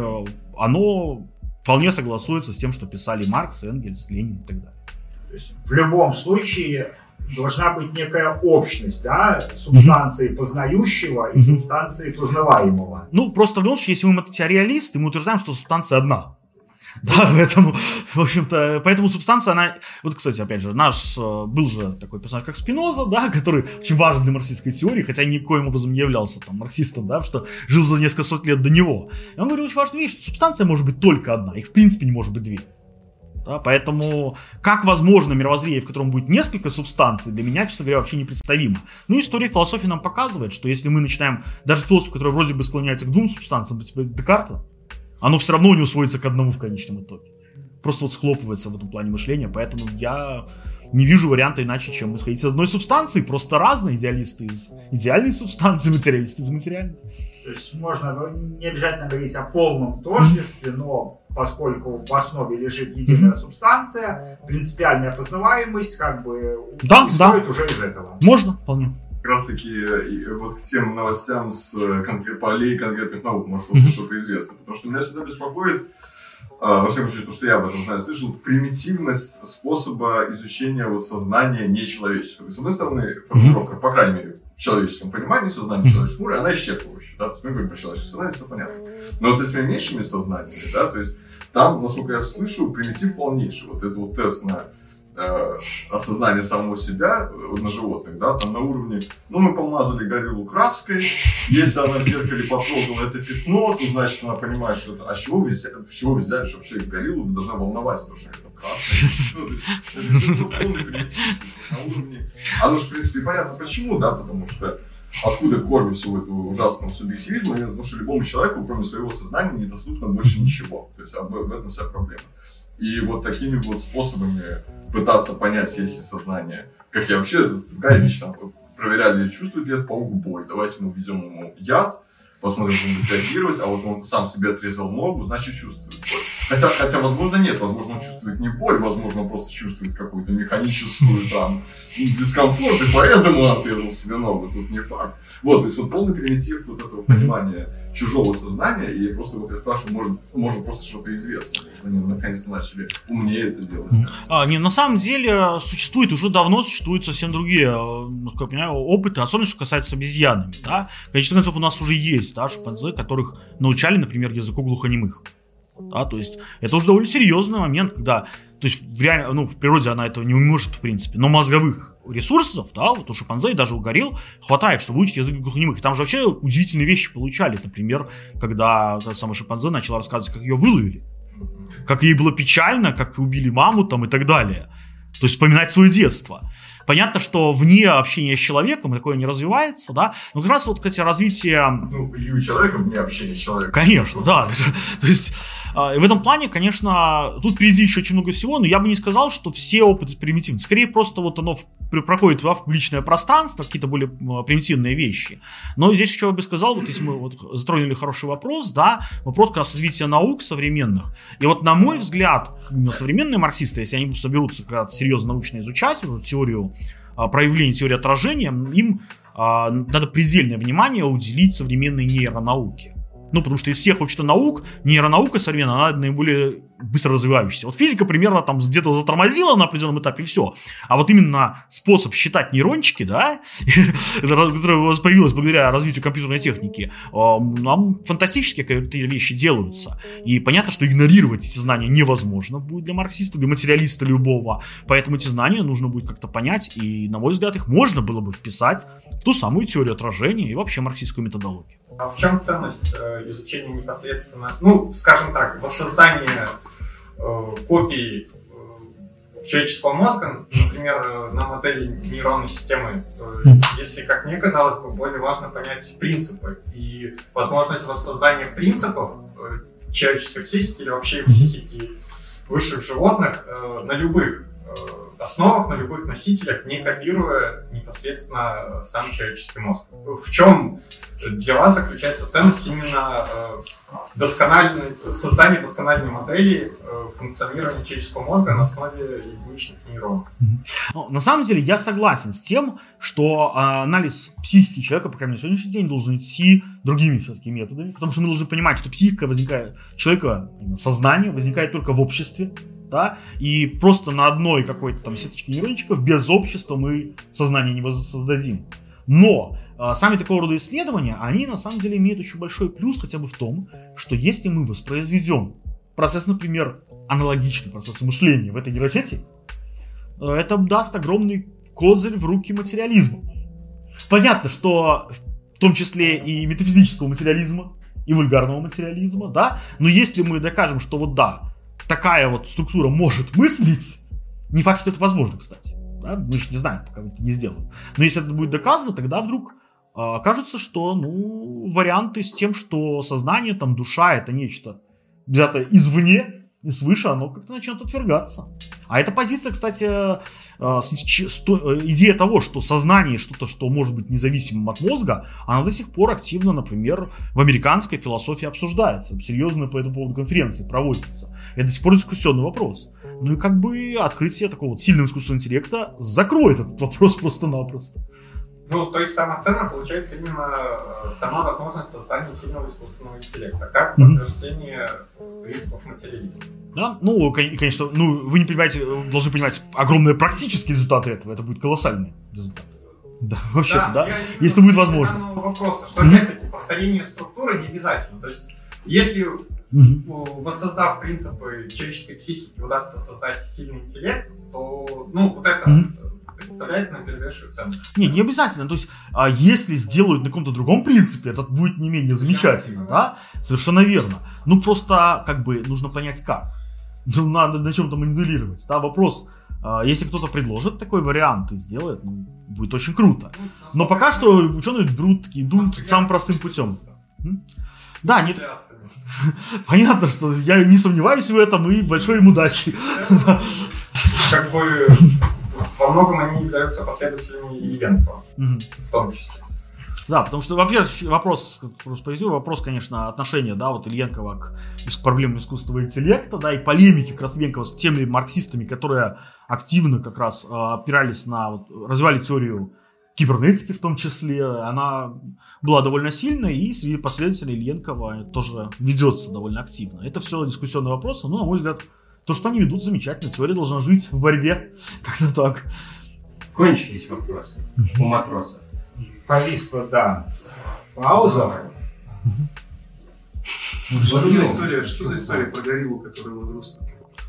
оно вполне согласуется с тем, что писали Маркс, Энгельс, Ленин и так далее. То есть в любом случае должна быть некая общность, да, субстанции mm-hmm. познающего и mm-hmm. субстанции познаваемого. Ну, просто в любом случае, если мы материалисты, мы утверждаем, что субстанция одна. Да, поэтому, в общем-то, поэтому субстанция, она... Вот, кстати, опять же, наш был же такой персонаж, как Спиноза, да, который очень важен для марксистской теории, хотя никоим образом не являлся там марксистом, да, что жил за несколько сот лет до него. И он говорил очень важную вещь, что субстанция может быть только одна, их в принципе не может быть две. Да, поэтому как возможно мировоззрение, в котором будет несколько субстанций, для меня, честно говоря, вообще непредставимо. Ну, история философии нам показывает, что если мы начинаем, даже философ, который вроде бы склоняется к двум субстанциям, типа Декарта, оно все равно не усвоится к одному в конечном итоге. Просто вот схлопывается в этом плане мышления, поэтому я не вижу варианта иначе, чем исходить из одной субстанции, просто разные идеалисты из идеальной субстанции, материалисты из материальной. То есть можно не обязательно говорить о полном тождестве, но поскольку в основе лежит единая mm-hmm. субстанция, принципиальная познаваемость как бы да, исходит да. уже из этого. Можно, вполне. Как раз таки вот к тем новостям с конкрет, полей конкретных наук, может, просто mm-hmm. что-то известно. Потому что меня всегда беспокоит, во всяком случае, то, что я об этом знаю, слышал, примитивность способа изучения вот сознания нечеловеческого. С одной стороны, формулировка, по крайней мере, в человеческом понимании сознания человеческого уровня, она исчерпывающая. Да? То есть мы говорим про человеческое сознание, все понятно. Но вот с этими меньшими сознаниями, да, то есть там, насколько я слышу, примитив полнейший. Вот это вот тест на э, осознание самого себя э, на животных, да, там на уровне, ну, мы помазали гориллу краской, если она в зеркале потрогала это пятно, то значит она понимает, что это, а с чего вы взяли, с чего вы взяли, что вообще гориллу должна волновать, то, что это красное. Ну, это полный примитив на уровне. Оно же, в принципе, понятно почему, да, потому что откуда корни всего этого ужасного субъективизма, потому что любому человеку, кроме своего сознания, недоступно больше ничего. То есть в этом вся проблема. И вот такими вот способами пытаться понять, есть ли сознание, как я вообще, другая вещь, там, проверяли, чувствует ли этот паук боль, давайте мы введем ему яд, посмотрим, как он будет реагировать, а вот он сам себе отрезал ногу, значит чувствует боль. Хотя, хотя, возможно, нет, возможно, он чувствует не боль, возможно, он просто чувствует какую-то механическую там дискомфорт, и поэтому он отрезал себе ногу, тут не факт. Вот, то есть вот полный примитив вот этого понимания чужого сознания, и просто вот я спрашиваю, может, может просто что-то известно, может, они наконец-то начали умнее это делать. А, не, на самом деле существует, уже давно существуют совсем другие, как я понимаю, опыты, особенно что касается обезьянами, да. Конечно, у нас уже есть, да, шимпанзе, которых научали, например, языку глухонемых. Да, то есть это уже довольно серьезный момент, когда, то есть в, реаль... ну, в природе она этого не может, в принципе, но мозговых ресурсов, да, вот у шимпанзе и даже у горилл хватает, чтобы выучить язык глухонемых. И там же вообще удивительные вещи получали. Например, когда та самая шимпанзе начала рассказывать, как ее выловили, как ей было печально, как убили маму там и так далее. То есть вспоминать свое детство. Понятно, что вне общения с человеком такое не развивается, да, но как раз вот, кстати, развитие... Ну, и у человека вне общения с человеком. Конечно, да. То есть в этом плане, конечно, тут впереди еще очень много всего, но я бы не сказал, что все опыты примитивны. Скорее, просто вот оно проходит в публичное пространство, какие-то более примитивные вещи. Но здесь еще я бы сказал, вот если мы вот затронули хороший вопрос, да, вопрос как раз развития наук современных. И вот, на мой взгляд, современные марксисты, если они соберутся как-то серьезно научно изучать эту теорию проявления, теории отражения, им надо предельное внимание уделить современной нейронауке. Ну, потому что из всех вообще-то наук, нейронаука современная, она наиболее быстро развивающаяся. Вот физика примерно там где-то затормозила на определенном этапе, и все. А вот именно способ считать нейрончики, да, который у вас появилось благодаря развитию компьютерной техники, нам фантастические какие-то вещи делаются. И понятно, что игнорировать эти знания невозможно будет для марксиста, для материалиста любого. Поэтому эти знания нужно будет как-то понять, и, на мой взгляд, их можно было бы вписать в ту самую теорию отражения и вообще марксистскую методологию. А в чем ценность э, изучения непосредственно, ну, скажем так, воссоздания э, копий э, человеческого мозга, например, э, на модели нейронной системы, э, если, как мне казалось бы, более важно понять принципы и возможность воссоздания принципов э, человеческой психики или вообще психики высших животных э, на любых э, основах, на любых носителях, не копируя непосредственно сам человеческий мозг. В чем для вас заключается ценность именно э, доскональной, создания доскональной модели э, функционирования человеческого мозга на основе единичных нейронов? Ну, на самом деле я согласен с тем, что э, анализ психики человека, по крайней мере, на сегодняшний день должен идти другими все-таки методами, потому что мы должны понимать, что психика возникает, человека, сознание возникает только в обществе, да, и просто на одной какой-то там сеточке нейрончиков без общества мы сознание не воссоздадим. Но э, сами такого рода исследования, они на самом деле имеют очень большой плюс хотя бы в том, что если мы воспроизведем процесс, например, аналогичный процессу мышления в этой нейросети, э, это даст огромный козырь в руки материализма. Понятно, что в том числе и метафизического материализма, и вульгарного материализма, да, но если мы докажем, что вот да, такая вот структура может мыслить, не факт, что это возможно, кстати. Да? Мы же не знаем, пока мы это не сделаем. Но если это будет доказано, тогда вдруг э, окажется, что ну, варианты с тем, что сознание, там, душа, это нечто взятое извне и свыше, оно как-то начнет отвергаться. А эта позиция, кстати, э, с, с, то, идея того, что сознание что-то, что может быть независимым от мозга, она до сих пор активно, например, в американской философии обсуждается. Серьезно по этому поводу конференции проводятся. Это до сих пор дискуссионный вопрос. Ну и как бы открытие такого вот сильного искусственного интеллекта закроет этот вопрос просто-напросто. Ну, то есть сама цена получается именно сама возможность создания сильного искусственного интеллекта, как mm-hmm. подтверждение принципов материализма. Да, ну, конечно, ну, вы не понимаете, должны понимать огромные практические результаты этого, это будет колоссальный результат. Да, вообще-то, да, да? Если будет возможно. Вопроса, что опять-таки повторение структуры не обязательно. То есть, если mm-hmm. воссоздав принципы человеческой психики удастся создать сильный интеллект, то, ну, вот это mm-hmm. представляет наибольшую цену. Не, не обязательно. То есть, а если сделают на каком-то другом принципе, это будет не менее замечательно, да? Совершенно верно. Ну, просто, как бы, нужно понять, как. Надо на чем-то манипулировать. Да, вопрос, если кто-то предложит такой вариант и сделает, ну, будет очень круто. Но пока что ученые берут, идут самым простым путем. Да, нет. Понятно, что я не сомневаюсь в этом, и большой им удачи. Как бы во многом они являются последователями Ильенкова, в том числе. Да, потому что, во-первых, вопрос, вопрос, конечно, отношения, да, вот Ильенкова к проблемам искусственного интеллекта, да, и полемики как раз Ильенкова с теми марксистами, которые активно как раз опирались на, вот, развивали теорию кибернетики в том числе, она была довольно сильной, и среди последователей Ильенкова тоже ведется довольно активно. Это все дискуссионные вопросы, но, на мой взгляд, то, что они ведут, замечательно. Теория должна жить в борьбе. Как-то так. Кончились вопросы у матросов. Повисла, да, пауза. Ну, что за история? Что за история про гориллу, которая вот грустно?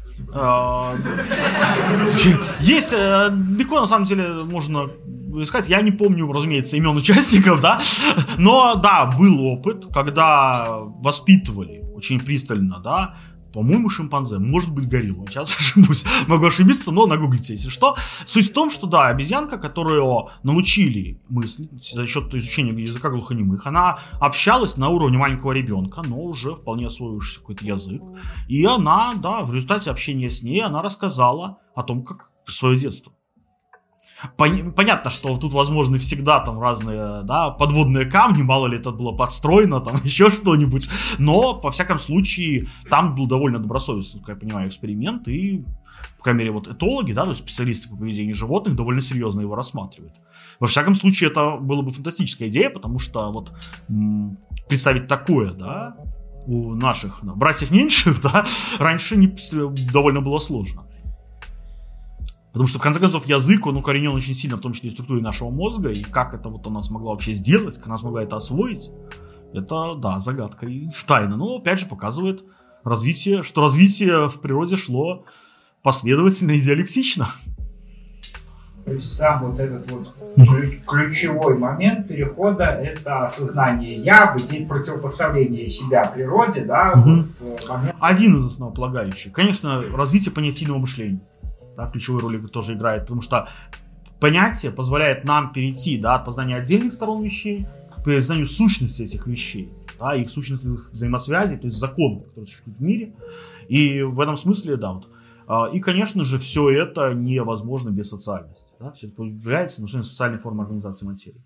Есть, легко на самом деле можно искать. Я не помню, разумеется, имен участников, да, но да, был опыт, когда воспитывали очень пристально, да, по-моему, шимпанзе, может быть, гориллу. Сейчас ошибусь, могу ошибиться, но нагуглите, если что. Суть в том, что, да, обезьянка, которую научили мыслить за счет изучения языка глухонемых, она общалась на уровне маленького ребенка, но уже вполне освоившийся какой-то язык. И она, да, в результате общения с ней, она рассказала о том, как свое детство. Понятно, что тут возможны всегда там разные, да, подводные камни, мало ли это было подстроено, там еще что-нибудь, но, по всяком случае, там был довольно добросовестный, как я понимаю, эксперимент, и, по крайней мере, вот этологи, да, то есть специалисты по поведению животных довольно серьезно его рассматривают. Во всяком случае, это была бы фантастическая идея, потому что вот м- представить такое, да, у наших да, братьев меньших, да, раньше не, довольно было сложно. Потому что, в конце концов, язык, он укоренен очень сильно, в том числе и в структуре нашего мозга, и как это вот она смогла вообще сделать, как она смогла это освоить, это, да, загадка и тайна. Но, опять же, показывает развитие, что развитие в природе шло последовательно и диалектично. То есть сам вот этот вот ключевой момент перехода — это осознание «я», противопоставление себя природе, да, угу. вот, момент... Один из основополагающих. Конечно, развитие понятийного мышления. Да, ключевую роль тоже играет, потому что понятие позволяет нам перейти, да, от познания отдельных сторон вещей к познанию сущности этих вещей, да, их сущностных взаимосвязей, то есть законов, которые существуют в мире. И в этом смысле, да, вот. И, конечно же, все это невозможно без социальности. Да, все это является ну, социальной формой организации материи.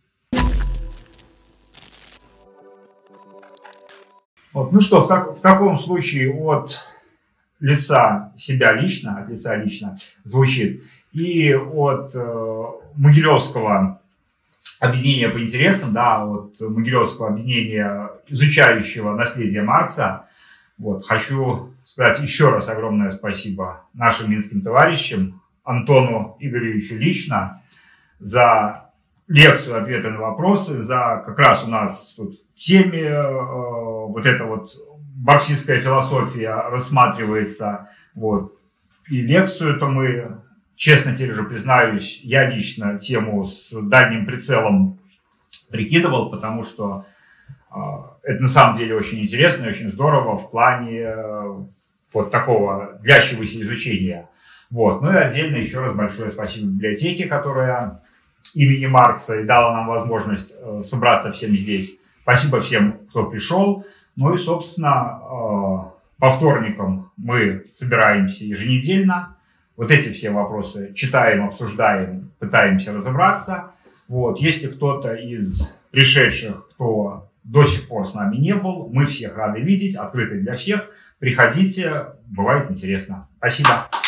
Вот, ну что, в, так, в таком случае от лица себя лично, от лица лично звучит, и от э, Могилевского объединения по интересам, да, от Могилевского объединения, изучающего наследие Маркса, вот, хочу сказать еще раз огромное спасибо нашим минским товарищам, Антону Игоревичу лично, за лекцию, ответы на вопросы, за как раз у нас тут в теме э, вот эта вот марксистская философия рассматривается, вот, и лекцию-то мы, честно тебе же признаюсь, я лично тему с дальним прицелом прикидывал, потому что э, это на самом деле очень интересно и очень здорово в плане э, вот такого длящегося изучения. Вот. Ну и отдельно еще раз большое спасибо библиотеке, которая имени Маркса и дала нам возможность э, собраться всем здесь. Спасибо всем, кто пришел. Ну и, собственно, э, по вторникам мы собираемся еженедельно. Вот эти все вопросы читаем, обсуждаем, пытаемся разобраться. Вот. Если кто-то из пришедших, кто до сих пор с нами не был, мы всех рады видеть, открыты для всех. Приходите, бывает интересно. Спасибо.